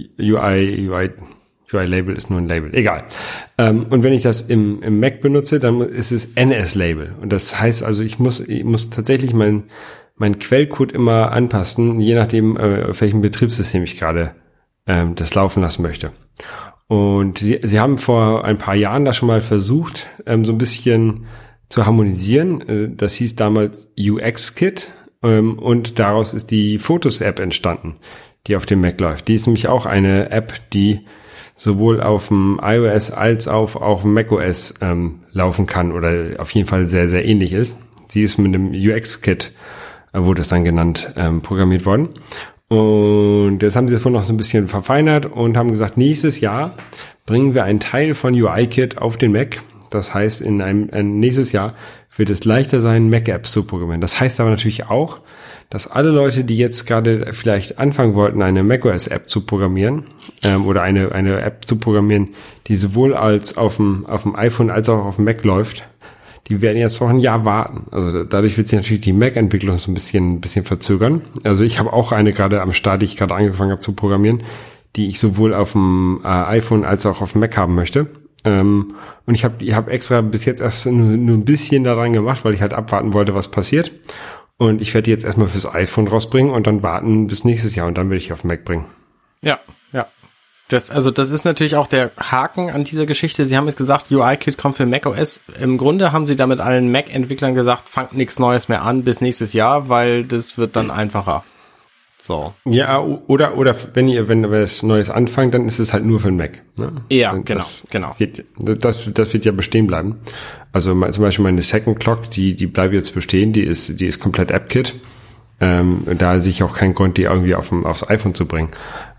UI-Label ist nur ein Label, egal. Und wenn ich das im Mac benutze, dann ist es NS-Label. Und das heißt also, ich muss tatsächlich mein meinen Quellcode immer anpassen, je nachdem, auf welchem Betriebssystem ich gerade das laufen lassen möchte. Und sie haben vor ein paar Jahren das schon mal versucht, so ein bisschen zu harmonisieren. Das hieß damals UX-Kit und daraus ist die Fotos-App entstanden, die auf dem Mac läuft. Die ist nämlich auch eine App, die sowohl auf dem iOS als auch auf dem macOS laufen kann oder auf jeden Fall sehr, sehr ähnlich ist. Sie ist mit dem UX-Kit, wurde es dann genannt, programmiert worden. Und jetzt haben sie das wohl noch so ein bisschen verfeinert und haben gesagt, nächstes Jahr bringen wir einen Teil von UIKit auf den Mac. Das heißt, in einem nächstes Jahr wird es leichter sein, Mac-Apps zu programmieren. Das heißt aber natürlich auch, dass alle Leute, die jetzt gerade vielleicht anfangen wollten, eine macOS-App zu programmieren oder eine App zu programmieren, die sowohl als auf dem iPhone als auch auf dem Mac läuft, die werden jetzt noch ein Jahr warten. Also dadurch wird sich natürlich die Mac-Entwicklung so ein bisschen verzögern. Also ich habe auch eine gerade am Start, die ich gerade angefangen habe zu programmieren, die ich sowohl auf dem iPhone als auch auf dem Mac haben möchte. Und ich hab extra bis jetzt erst nur ein bisschen daran gemacht, weil ich halt abwarten wollte, was passiert. Und ich werde die jetzt erstmal fürs iPhone rausbringen und dann warten bis nächstes Jahr und dann werde ich auf den Mac bringen. Ja. Das ist natürlich auch der Haken an dieser Geschichte. Sie haben jetzt gesagt, UIKit kommt für macOS. Im Grunde haben sie damit allen Mac-Entwicklern gesagt, fangt nichts Neues mehr an bis nächstes Jahr, weil das wird dann einfacher. So. Ja, oder wenn wir was Neues anfangen, dann ist es halt nur für den Mac. Ne? Ja, dann, genau. Das wird ja bestehen bleiben. Also zum Beispiel meine Second Clock, die bleibt jetzt bestehen, die ist komplett AppKit. Da sehe ich auch keinen Grund, die irgendwie aufs iPhone zu bringen.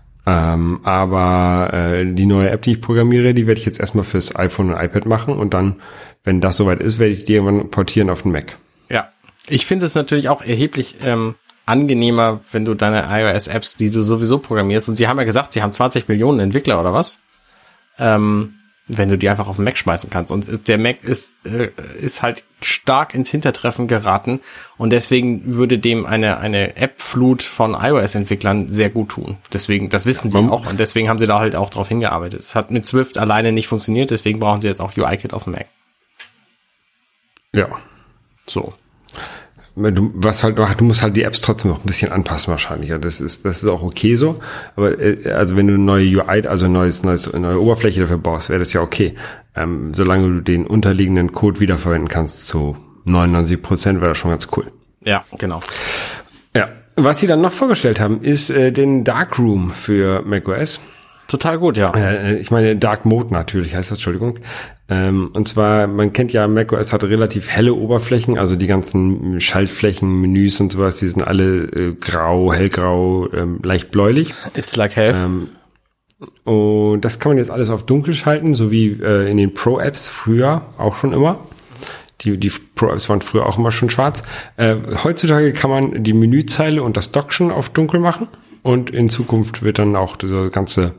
Aber die neue App, die ich programmiere, die werde ich jetzt erstmal fürs iPhone und iPad machen und dann, wenn das soweit ist, werde ich die irgendwann portieren auf den Mac. Ja, ich finde es natürlich auch erheblich angenehmer, wenn du deine iOS-Apps, die du sowieso programmierst, und sie haben ja gesagt, sie haben 20 Millionen Entwickler oder was, wenn du die einfach auf den Mac schmeißen kannst. Und der Mac ist halt stark ins Hintertreffen geraten und deswegen würde dem eine App-Flut von iOS-Entwicklern sehr gut tun. Deswegen, das wissen sie auch und deswegen haben sie da halt auch drauf hingearbeitet. Es hat mit Swift alleine nicht funktioniert, deswegen brauchen sie jetzt auch UIKit auf dem Mac. Ja. So. Du musst halt die Apps trotzdem noch ein bisschen anpassen wahrscheinlich. Ja, das ist auch okay so. Aber also wenn du eine neue UI, also eine neue Oberfläche dafür brauchst, wäre das ja okay. Solange du den unterliegenden Code wiederverwenden kannst zu 99%, wäre das schon ganz cool. Ja, genau. Ja. Was sie dann noch vorgestellt haben, ist den Darkroom für macOS. Total gut, ja. Ich meine Dark Mode natürlich heißt das, Entschuldigung. Und zwar, man kennt ja, macOS hat relativ helle Oberflächen, also die ganzen Schaltflächen, Menüs und sowas, die sind alle grau, hellgrau, leicht bläulich. It's like hell. Und das kann man jetzt alles auf dunkel schalten, so wie in den Pro-Apps früher auch schon immer. Die Pro-Apps waren früher auch immer schon schwarz. Heutzutage kann man die Menüzeile und das Dock schon auf dunkel machen und in Zukunft wird dann auch diese ganze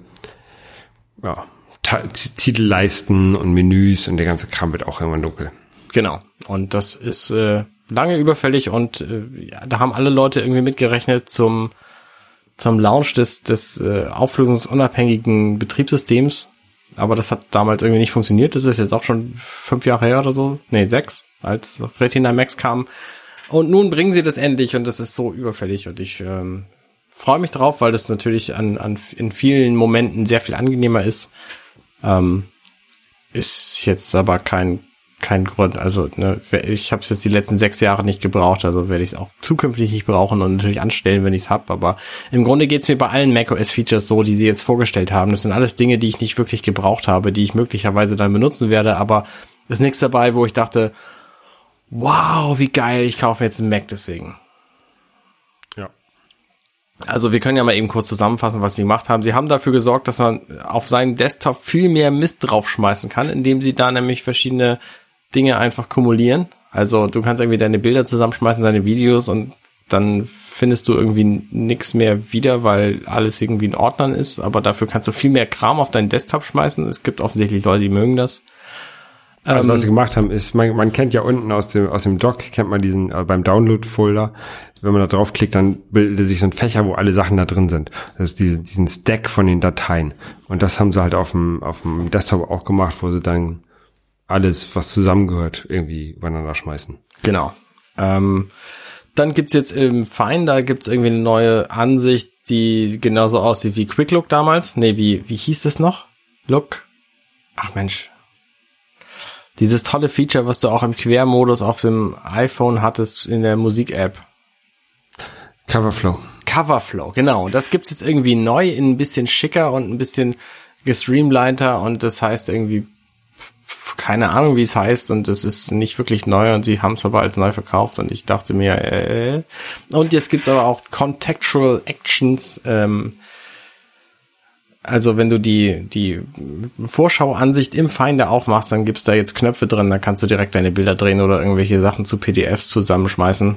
Titelleisten und Menüs und der ganze Kram wird auch irgendwann dunkel. Genau. Und das ist lange überfällig und da haben alle Leute irgendwie mitgerechnet zum Launch des auflösungsunabhängigen Betriebssystems. Aber das hat damals irgendwie nicht funktioniert. Das ist jetzt auch schon 5 Jahre her oder so. 6, als Retina Max kam. Und nun bringen sie das endlich und das ist so überfällig und ich freue mich drauf, weil das natürlich in vielen Momenten sehr viel angenehmer ist. Ist jetzt aber kein Grund. Also ich habe es jetzt die letzten 6 Jahre nicht gebraucht, also werde ich es auch zukünftig nicht brauchen und natürlich anstellen, wenn ich es habe. Aber im Grunde geht es mir bei allen macOS-Features so, die sie jetzt vorgestellt haben. Das sind alles Dinge, die ich nicht wirklich gebraucht habe, die ich möglicherweise dann benutzen werde. Aber ist nichts dabei, wo ich dachte, wow, wie geil, ich kaufe jetzt einen Mac deswegen. Also wir können ja mal eben kurz zusammenfassen, was sie gemacht haben. Sie haben dafür gesorgt, dass man auf seinen Desktop viel mehr Mist draufschmeißen kann, indem sie da nämlich verschiedene Dinge einfach kumulieren. Also du kannst irgendwie deine Bilder zusammenschmeißen, deine Videos und dann findest du irgendwie nichts mehr wieder, weil alles irgendwie in Ordnern ist. Aber dafür kannst du viel mehr Kram auf deinen Desktop schmeißen. Es gibt offensichtlich Leute, die mögen das. Also was sie gemacht haben, ist, man kennt ja unten aus dem Dock, kennt man diesen, beim Download-Folder, wenn man da draufklickt, dann bildet sich so ein Fächer, wo alle Sachen da drin sind. Das ist diesen Stack von den Dateien. Und das haben sie halt auf dem Desktop auch gemacht, wo sie dann alles, was zusammengehört, irgendwie übereinander schmeißen. Genau. Dann gibt's jetzt im Finder irgendwie eine neue Ansicht, die genauso aussieht wie Quick Look damals. Nee, wie hieß das noch? Look. Ach Mensch. Dieses tolle Feature, was du auch im Quermodus auf dem iPhone hattest in der Musik-App. Coverflow, genau. Und das gibt's jetzt irgendwie neu, in ein bisschen schicker und ein bisschen gestreamliner und das heißt irgendwie, keine Ahnung, wie es heißt und es ist nicht wirklich neu und sie haben es aber als neu verkauft und ich dachte mir, Und jetzt gibt's aber auch Contextual Actions, also wenn du die Vorschauansicht im Finder aufmachst, dann gibt's da jetzt Knöpfe drin, da kannst du direkt deine Bilder drehen oder irgendwelche Sachen zu PDFs zusammenschmeißen.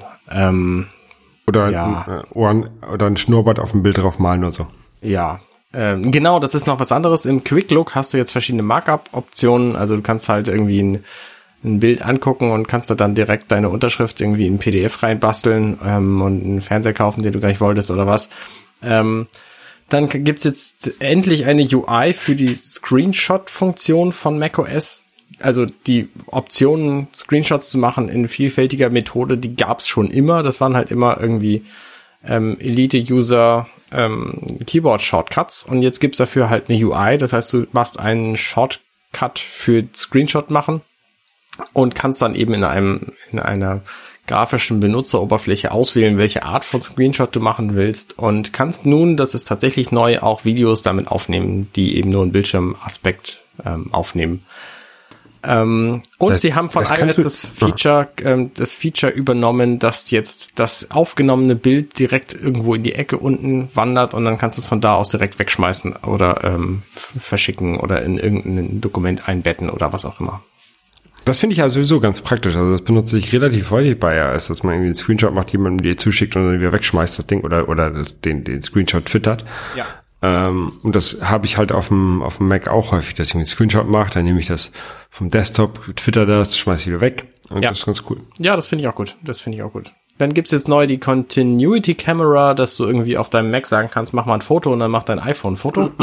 Oder oder ein Schnurrbart auf dem Bild drauf malen oder so. Ja, genau, das ist noch was anderes. Im Quick Look hast du jetzt verschiedene Markup-Optionen, also du kannst halt irgendwie ein Bild angucken und kannst da dann direkt deine Unterschrift irgendwie in PDF reinbasteln und einen Fernseher kaufen, den du gar nicht wolltest oder was. Dann gibt's jetzt endlich eine UI für die Screenshot-Funktion von macOS. Also die Optionen, Screenshots zu machen in vielfältiger Methode, die gab's schon immer. Das waren halt immer irgendwie Elite-User Keyboard-Shortcuts. Und jetzt gibt's dafür halt eine UI. Das heißt, du machst einen Shortcut für Screenshot machen und kannst dann eben in einer grafischen Benutzeroberfläche auswählen, welche Art von Screenshot du machen willst und kannst nun, das ist tatsächlich neu, auch Videos damit aufnehmen, die eben nur einen Bildschirmaspekt aufnehmen. Sie haben von iOS das Feature übernommen, dass jetzt das aufgenommene Bild direkt irgendwo in die Ecke unten wandert und dann kannst du es von da aus direkt wegschmeißen oder verschicken oder in irgendein Dokument einbetten oder was auch immer. Das finde ich ja sowieso ganz praktisch. Also das benutze ich relativ häufig bei iOS, dass man irgendwie einen Screenshot macht, jemandem dir zuschickt und dann wieder wegschmeißt das Ding oder den Screenshot twittert. Ja. Und das habe ich halt auf dem Mac auch häufig, dass ich einen Screenshot mache, dann nehme ich das vom Desktop, twitter das, schmeiße wieder weg und das ist ganz cool. Ja, das finde ich auch gut. Dann gibt's jetzt neu die Continuity Camera, dass du irgendwie auf deinem Mac sagen kannst, mach mal ein Foto und dann macht dein iPhone ein Foto.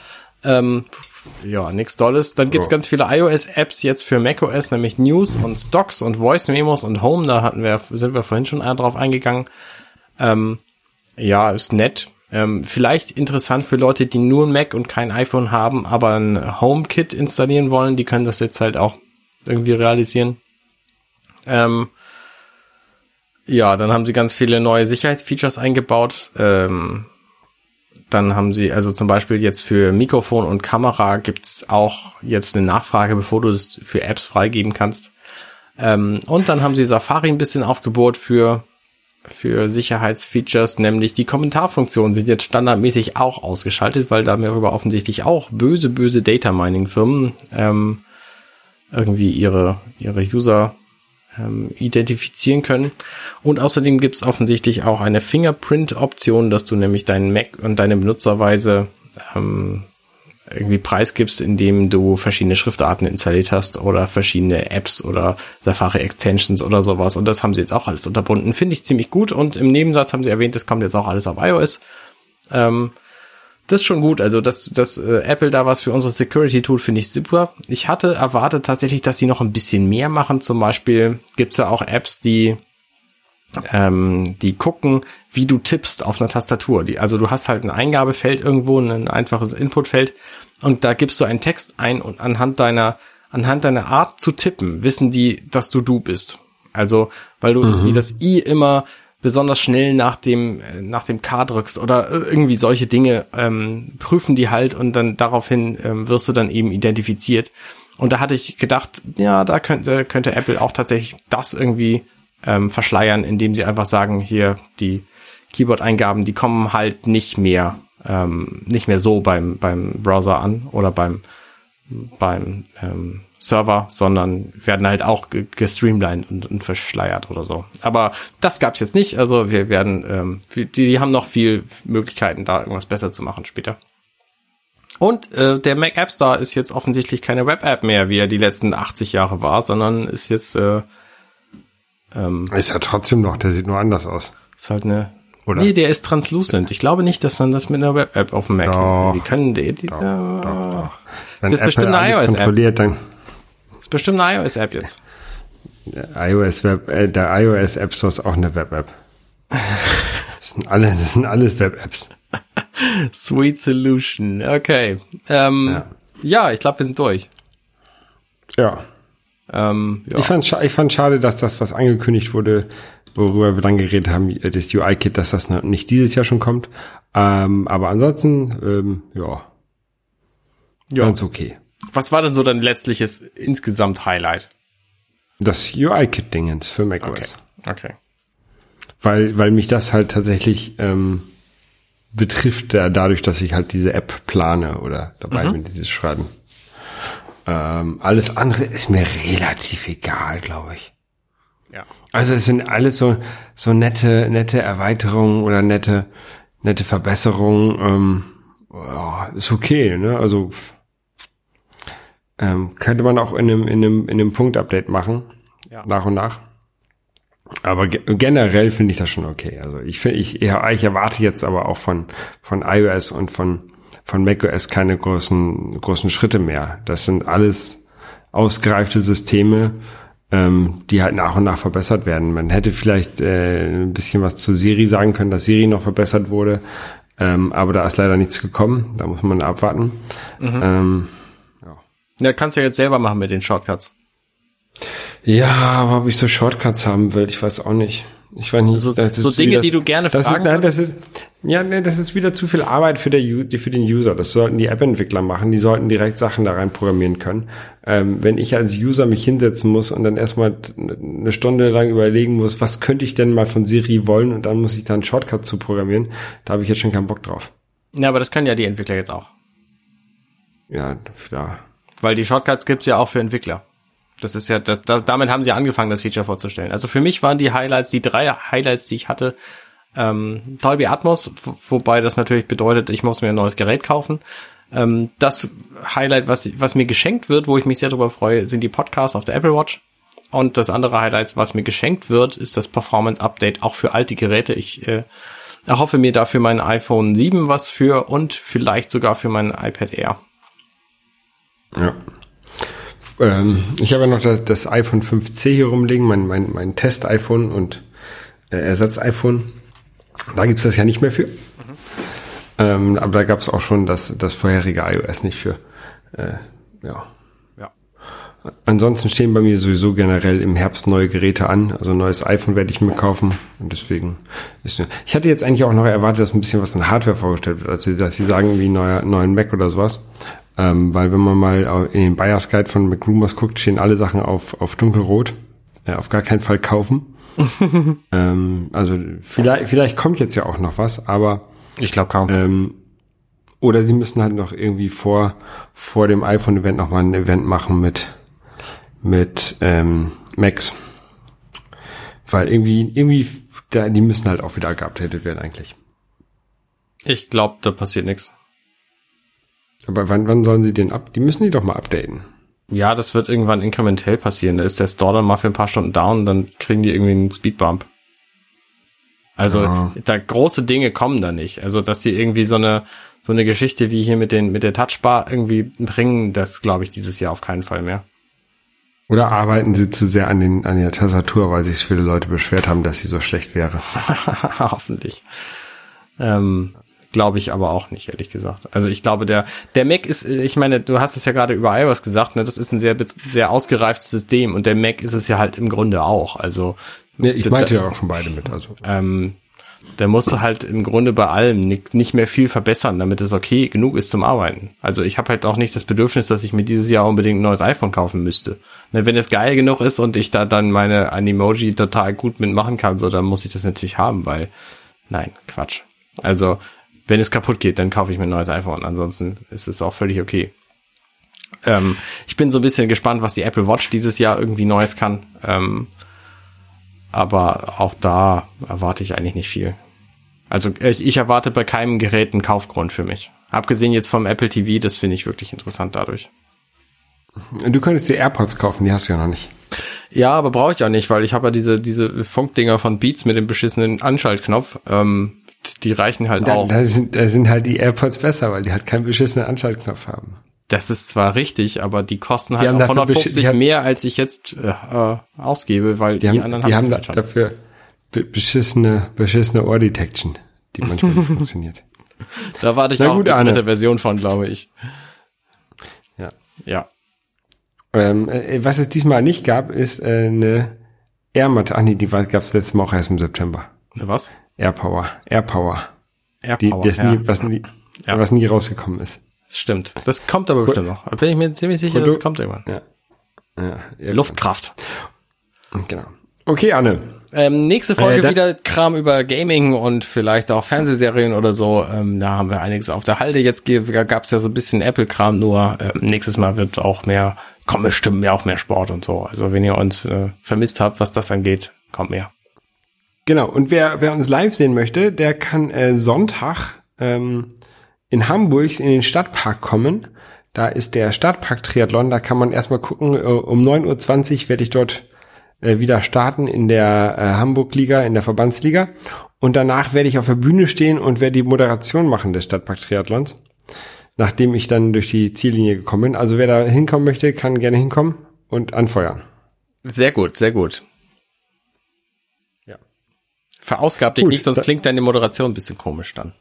Ja, nichts Tolles. Dann gibt's ganz viele iOS-Apps jetzt für macOS, nämlich News und Stocks und Voice-Memos und Home. Da sind wir vorhin schon drauf eingegangen. Ja, ist nett. Vielleicht interessant für Leute, die nur ein Mac und kein iPhone haben, aber ein HomeKit installieren wollen. Die können das jetzt halt auch irgendwie realisieren. Ja, dann haben sie ganz viele neue Sicherheitsfeatures eingebaut. Dann haben sie, also zum Beispiel jetzt für Mikrofon und Kamera gibt's auch jetzt eine Nachfrage, bevor du das für Apps freigeben kannst. Und dann haben sie Safari ein bisschen aufgebohrt für Sicherheitsfeatures, nämlich die Kommentarfunktionen sind jetzt standardmäßig auch ausgeschaltet, weil darüber offensichtlich auch böse Data-Mining-Firmen irgendwie ihre User identifizieren können. Und außerdem gibt es offensichtlich auch eine Fingerprint-Option, dass du nämlich deinen Mac und deine Benutzerweise irgendwie preisgibst, indem du verschiedene Schriftarten installiert hast oder verschiedene Apps oder Safari-Extensions oder sowas. Und das haben sie jetzt auch alles unterbunden. Finde ich ziemlich gut. Und im Nebensatz haben sie erwähnt, das kommt jetzt auch alles auf iOS. Das ist schon gut. Also, dass Apple da was für unsere Security tut, finde ich super. Ich hatte erwartet tatsächlich, dass sie noch ein bisschen mehr machen. Zum Beispiel gibt's ja auch Apps, die gucken, wie du tippst auf einer Tastatur. Also du hast halt ein Eingabefeld irgendwo, ein einfaches Inputfeld und da gibst du einen Text ein und anhand deiner Art zu tippen, wissen die, dass du bist. Also, weil du wie das I immer besonders schnell nach dem K drückst oder irgendwie solche Dinge prüfen die halt und dann daraufhin wirst du dann eben identifiziert. Und da hatte ich gedacht, ja, da könnte Apple auch tatsächlich das irgendwie verschleiern, indem sie einfach sagen, hier die Keyboard-Eingaben, die kommen halt nicht mehr so beim Browser an oder beim Server, sondern werden halt auch gestreamlined und verschleiert oder so. Aber das gab's jetzt nicht, also wir werden, die haben noch viel Möglichkeiten, da irgendwas besser zu machen später. Und der Mac App Store ist jetzt offensichtlich keine Web-App mehr, wie er die letzten 80 Jahre war, sondern ist jetzt ist ja trotzdem noch, der sieht nur anders aus. Ist halt oder? Nee, der ist translucent. Ich glaube nicht, dass man das mit einer Web-App auf dem Mac doch, die können doch. Wenn das ist bestimmt eine iOS-App. Dann ist bestimmt eine iOS-App jetzt. Der iOS App Store ist auch eine Web-App. Das sind alles Web-Apps. Sweet Solution, okay. Ja, ich glaube, wir sind durch. Ja. Ja. Ich fand schade, dass das, was angekündigt wurde, worüber wir dann geredet haben, das UI-Kit, dass das nicht dieses Jahr schon kommt. Aber ansonsten, ja. Ganz okay. Was war denn so dein letztliches insgesamt Highlight? Das UI-Kit-Dingens für macOS. Okay. Weil mich das halt tatsächlich betrifft, dadurch, dass ich halt diese App plane oder dabei bin, dieses Schreiben. Alles andere ist mir relativ egal, glaube ich. Ja. Also es sind alles so nette Erweiterungen oder nette Verbesserungen. Ist okay, ne? Also könnte man auch in einem Punkt-Update machen, nach und nach. Aber generell finde ich das schon okay. Also ich erwarte jetzt aber auch von iOS und von macOS keine großen Schritte mehr. Das sind alles ausgereifte Systeme, die halt nach und nach verbessert werden. Man hätte vielleicht ein bisschen was zu Siri sagen können, dass Siri noch verbessert wurde, aber da ist leider nichts gekommen. Da muss man abwarten. Ja, kannst du ja jetzt selber machen mit den Shortcuts. Ja, aber ob ich so Shortcuts haben will, ich weiß auch nicht. Ich weiß nicht. So Dinge, wieder, die du gerne fragen würdest? Das ist wieder zu viel Arbeit für den User. Das sollten die App-Entwickler machen. Die sollten direkt Sachen da rein programmieren können. Wenn ich als User mich hinsetzen muss und dann erstmal eine Stunde lang überlegen muss, was könnte ich denn mal von Siri wollen und dann muss ich da einen Shortcut zu programmieren, da habe ich jetzt schon keinen Bock drauf. Ja, aber das können ja die Entwickler jetzt auch. Ja. Weil die Shortcuts gibt's ja auch für Entwickler. Das ist ja, damit haben sie angefangen, das Feature vorzustellen. Also für mich waren die Highlights, die 3 Highlights, die ich hatte, Dolby Atmos, wobei das natürlich bedeutet, ich muss mir ein neues Gerät kaufen. Das Highlight, was mir geschenkt wird, wo ich mich sehr darüber freue, sind die Podcasts auf der Apple Watch. Und das andere Highlight, was mir geschenkt wird, ist das Performance Update auch für alte Geräte. Ich erhoffe mir dafür mein iPhone 7 was für und vielleicht sogar für mein iPad Air. Ja. Ich habe ja noch das iPhone 5C hier rumliegen, mein Test-iPhone und Ersatz-iPhone. Da gibt's das ja nicht mehr für. Aber da gab's auch schon das vorherige iOS nicht für. Ja. Ansonsten stehen bei mir sowieso generell im Herbst neue Geräte an. Also ein neues iPhone werde ich mir kaufen. Und deswegen ich hatte jetzt eigentlich auch noch erwartet, dass ein bisschen was an Hardware vorgestellt wird, also dass sie sagen, wie neuen Mac oder sowas. Weil wenn man mal in den Buyer's Guide von MacRumors guckt, stehen alle Sachen auf dunkelrot. Auf gar keinen Fall kaufen. Also vielleicht kommt jetzt ja auch noch was, aber ich glaube kaum. Oder sie müssen halt noch irgendwie vor dem iPhone-Event noch mal ein Event machen mit Macs. Weil irgendwie die müssen halt auch wieder geupdatet werden eigentlich. Ich glaube, da passiert nichts. Aber wann sollen sie den die müssen die doch mal updaten. Ja, das wird irgendwann inkrementell passieren. Da ist der Store dann mal für ein paar Stunden down und dann kriegen die irgendwie einen Speedbump. Also da große Dinge kommen da nicht. Also dass sie irgendwie so eine Geschichte wie hier mit der Touchbar irgendwie bringen, das glaube ich dieses Jahr auf keinen Fall mehr. Oder arbeiten sie zu sehr an der Tastatur, weil sich viele Leute beschwert haben, dass sie so schlecht wäre. Hoffentlich. Glaube ich aber auch nicht, ehrlich gesagt. Also ich glaube, der Mac ist, ich meine, du hast es ja gerade über iOS gesagt, ne, das ist ein sehr, sehr ausgereiftes System und der Mac ist es ja halt im Grunde auch. Also ja, ich meinte ja auch schon beide mit. Also der muss halt im Grunde bei allem nicht mehr viel verbessern, damit es okay genug ist zum Arbeiten. Also ich habe halt auch nicht das Bedürfnis, dass ich mir dieses Jahr unbedingt ein neues iPhone kaufen müsste. Wenn es geil genug ist und ich da dann meine Animoji total gut mitmachen kann, so dann muss ich das natürlich haben, weil nein, Quatsch. Also wenn es kaputt geht, dann kaufe ich mir ein neues iPhone. Ansonsten ist es auch völlig okay. Ich bin so ein bisschen gespannt, was die Apple Watch dieses Jahr irgendwie Neues kann. Aber auch da erwarte ich eigentlich nicht viel. Also ich erwarte bei keinem Gerät einen Kaufgrund für mich. Abgesehen jetzt vom Apple TV, das finde ich wirklich interessant dadurch. Du könntest dir AirPods kaufen, die hast du ja noch nicht. Ja, aber brauche ich auch nicht, weil ich habe ja diese Funkdinger von Beats mit dem beschissenen Anschaltknopf. Die reichen halt auch. Da sind halt die AirPods besser, weil die halt keinen beschissenen Anschaltknopf haben. Das ist zwar richtig, aber die kosten halt auch 150 mehr, als ich jetzt ausgebe, weil die anderen haben beschissene Ohr-Detection, die manchmal nicht funktioniert. Da warte ich auch die dritte Version von, glaube ich. Ja. Was es diesmal nicht gab, ist eine Air-Matte. Ach nee, die gab es letztes Mal auch erst im September. Was? AirPower. Ja. Was nie rausgekommen ist. Das stimmt. Das kommt aber bestimmt noch. Da bin ich mir ziemlich sicher, das kommt irgendwann. Ja, Luftkraft. Genau. Okay, Anne. Nächste Folge wieder Kram über Gaming und vielleicht auch Fernsehserien oder so. Da haben wir einiges auf der Halde. Jetzt gab's ja so ein bisschen Apple-Kram nur. Nächstes Mal wird auch kommen bestimmt auch mehr Sport und so. Also wenn ihr uns vermisst habt, was das angeht, kommt mehr. Genau. Und wer uns live sehen möchte, der kann Sonntag in Hamburg in den Stadtpark kommen. Da ist der Stadtpark-Triathlon. Da kann man erstmal gucken. Um 9:20 Uhr werde ich dort wieder starten in der Hamburg-Liga, in der Verbandsliga. Und danach werde ich auf der Bühne stehen und werde die Moderation machen des Stadtpark-Triathlons, nachdem ich dann durch die Ziellinie gekommen bin. Also wer da hinkommen möchte, kann gerne hinkommen und anfeuern. Sehr gut, sehr gut. Ja. Verausgab dich nicht, sonst klingt deine Moderation ein bisschen komisch dann.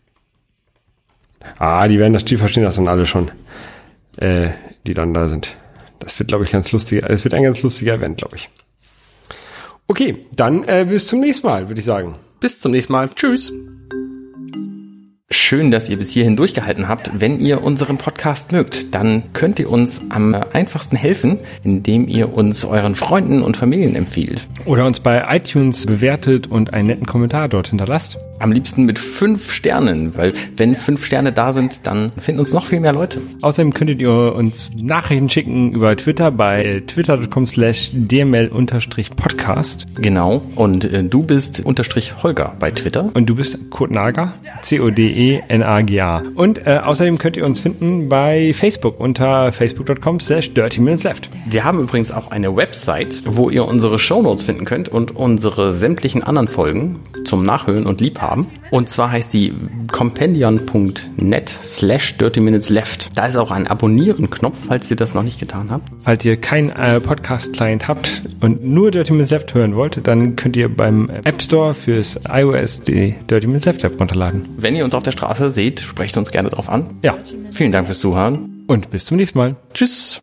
Die verstehen das dann alle schon, die dann da sind. Das wird, glaube ich, es wird ein ganz lustiger Event, glaube ich. Okay, dann bis zum nächsten Mal, würde ich sagen. Bis zum nächsten Mal. Tschüss. Schön, dass ihr bis hierhin durchgehalten habt. Wenn ihr unseren Podcast mögt, dann könnt ihr uns am einfachsten helfen, indem ihr uns euren Freunden und Familien empfiehlt. Oder uns bei iTunes bewertet und einen netten Kommentar dort hinterlasst. Am liebsten mit 5 Sternen, weil wenn 5 Sterne da sind, dann finden uns noch viel mehr Leute. Außerdem könntet ihr uns Nachrichten schicken über Twitter bei twitter.com/dml_podcast. Genau, und du bist _Holger bei Twitter. Und du bist Kurt Nager, CODENAGA. Und außerdem könnt ihr uns finden bei Facebook unter facebook.com/dirtyminutesleft. Wir haben übrigens auch eine Website, wo ihr unsere Shownotes finden könnt und unsere sämtlichen anderen Folgen zum Nachhören und Liebhaben. Und zwar heißt die compendion.net/dirtyminutesleft. Da ist auch ein Abonnieren-Knopf, falls ihr das noch nicht getan habt. Falls ihr keinen Podcast-Client habt und nur Dirty Minutes Left hören wollt, dann könnt ihr beim App Store fürs iOS die Dirty Minutes Left App runterladen. Wenn ihr uns auf der Straße seht, sprecht uns gerne drauf an. Ja. Vielen Dank fürs Zuhören. Und bis zum nächsten Mal. Tschüss.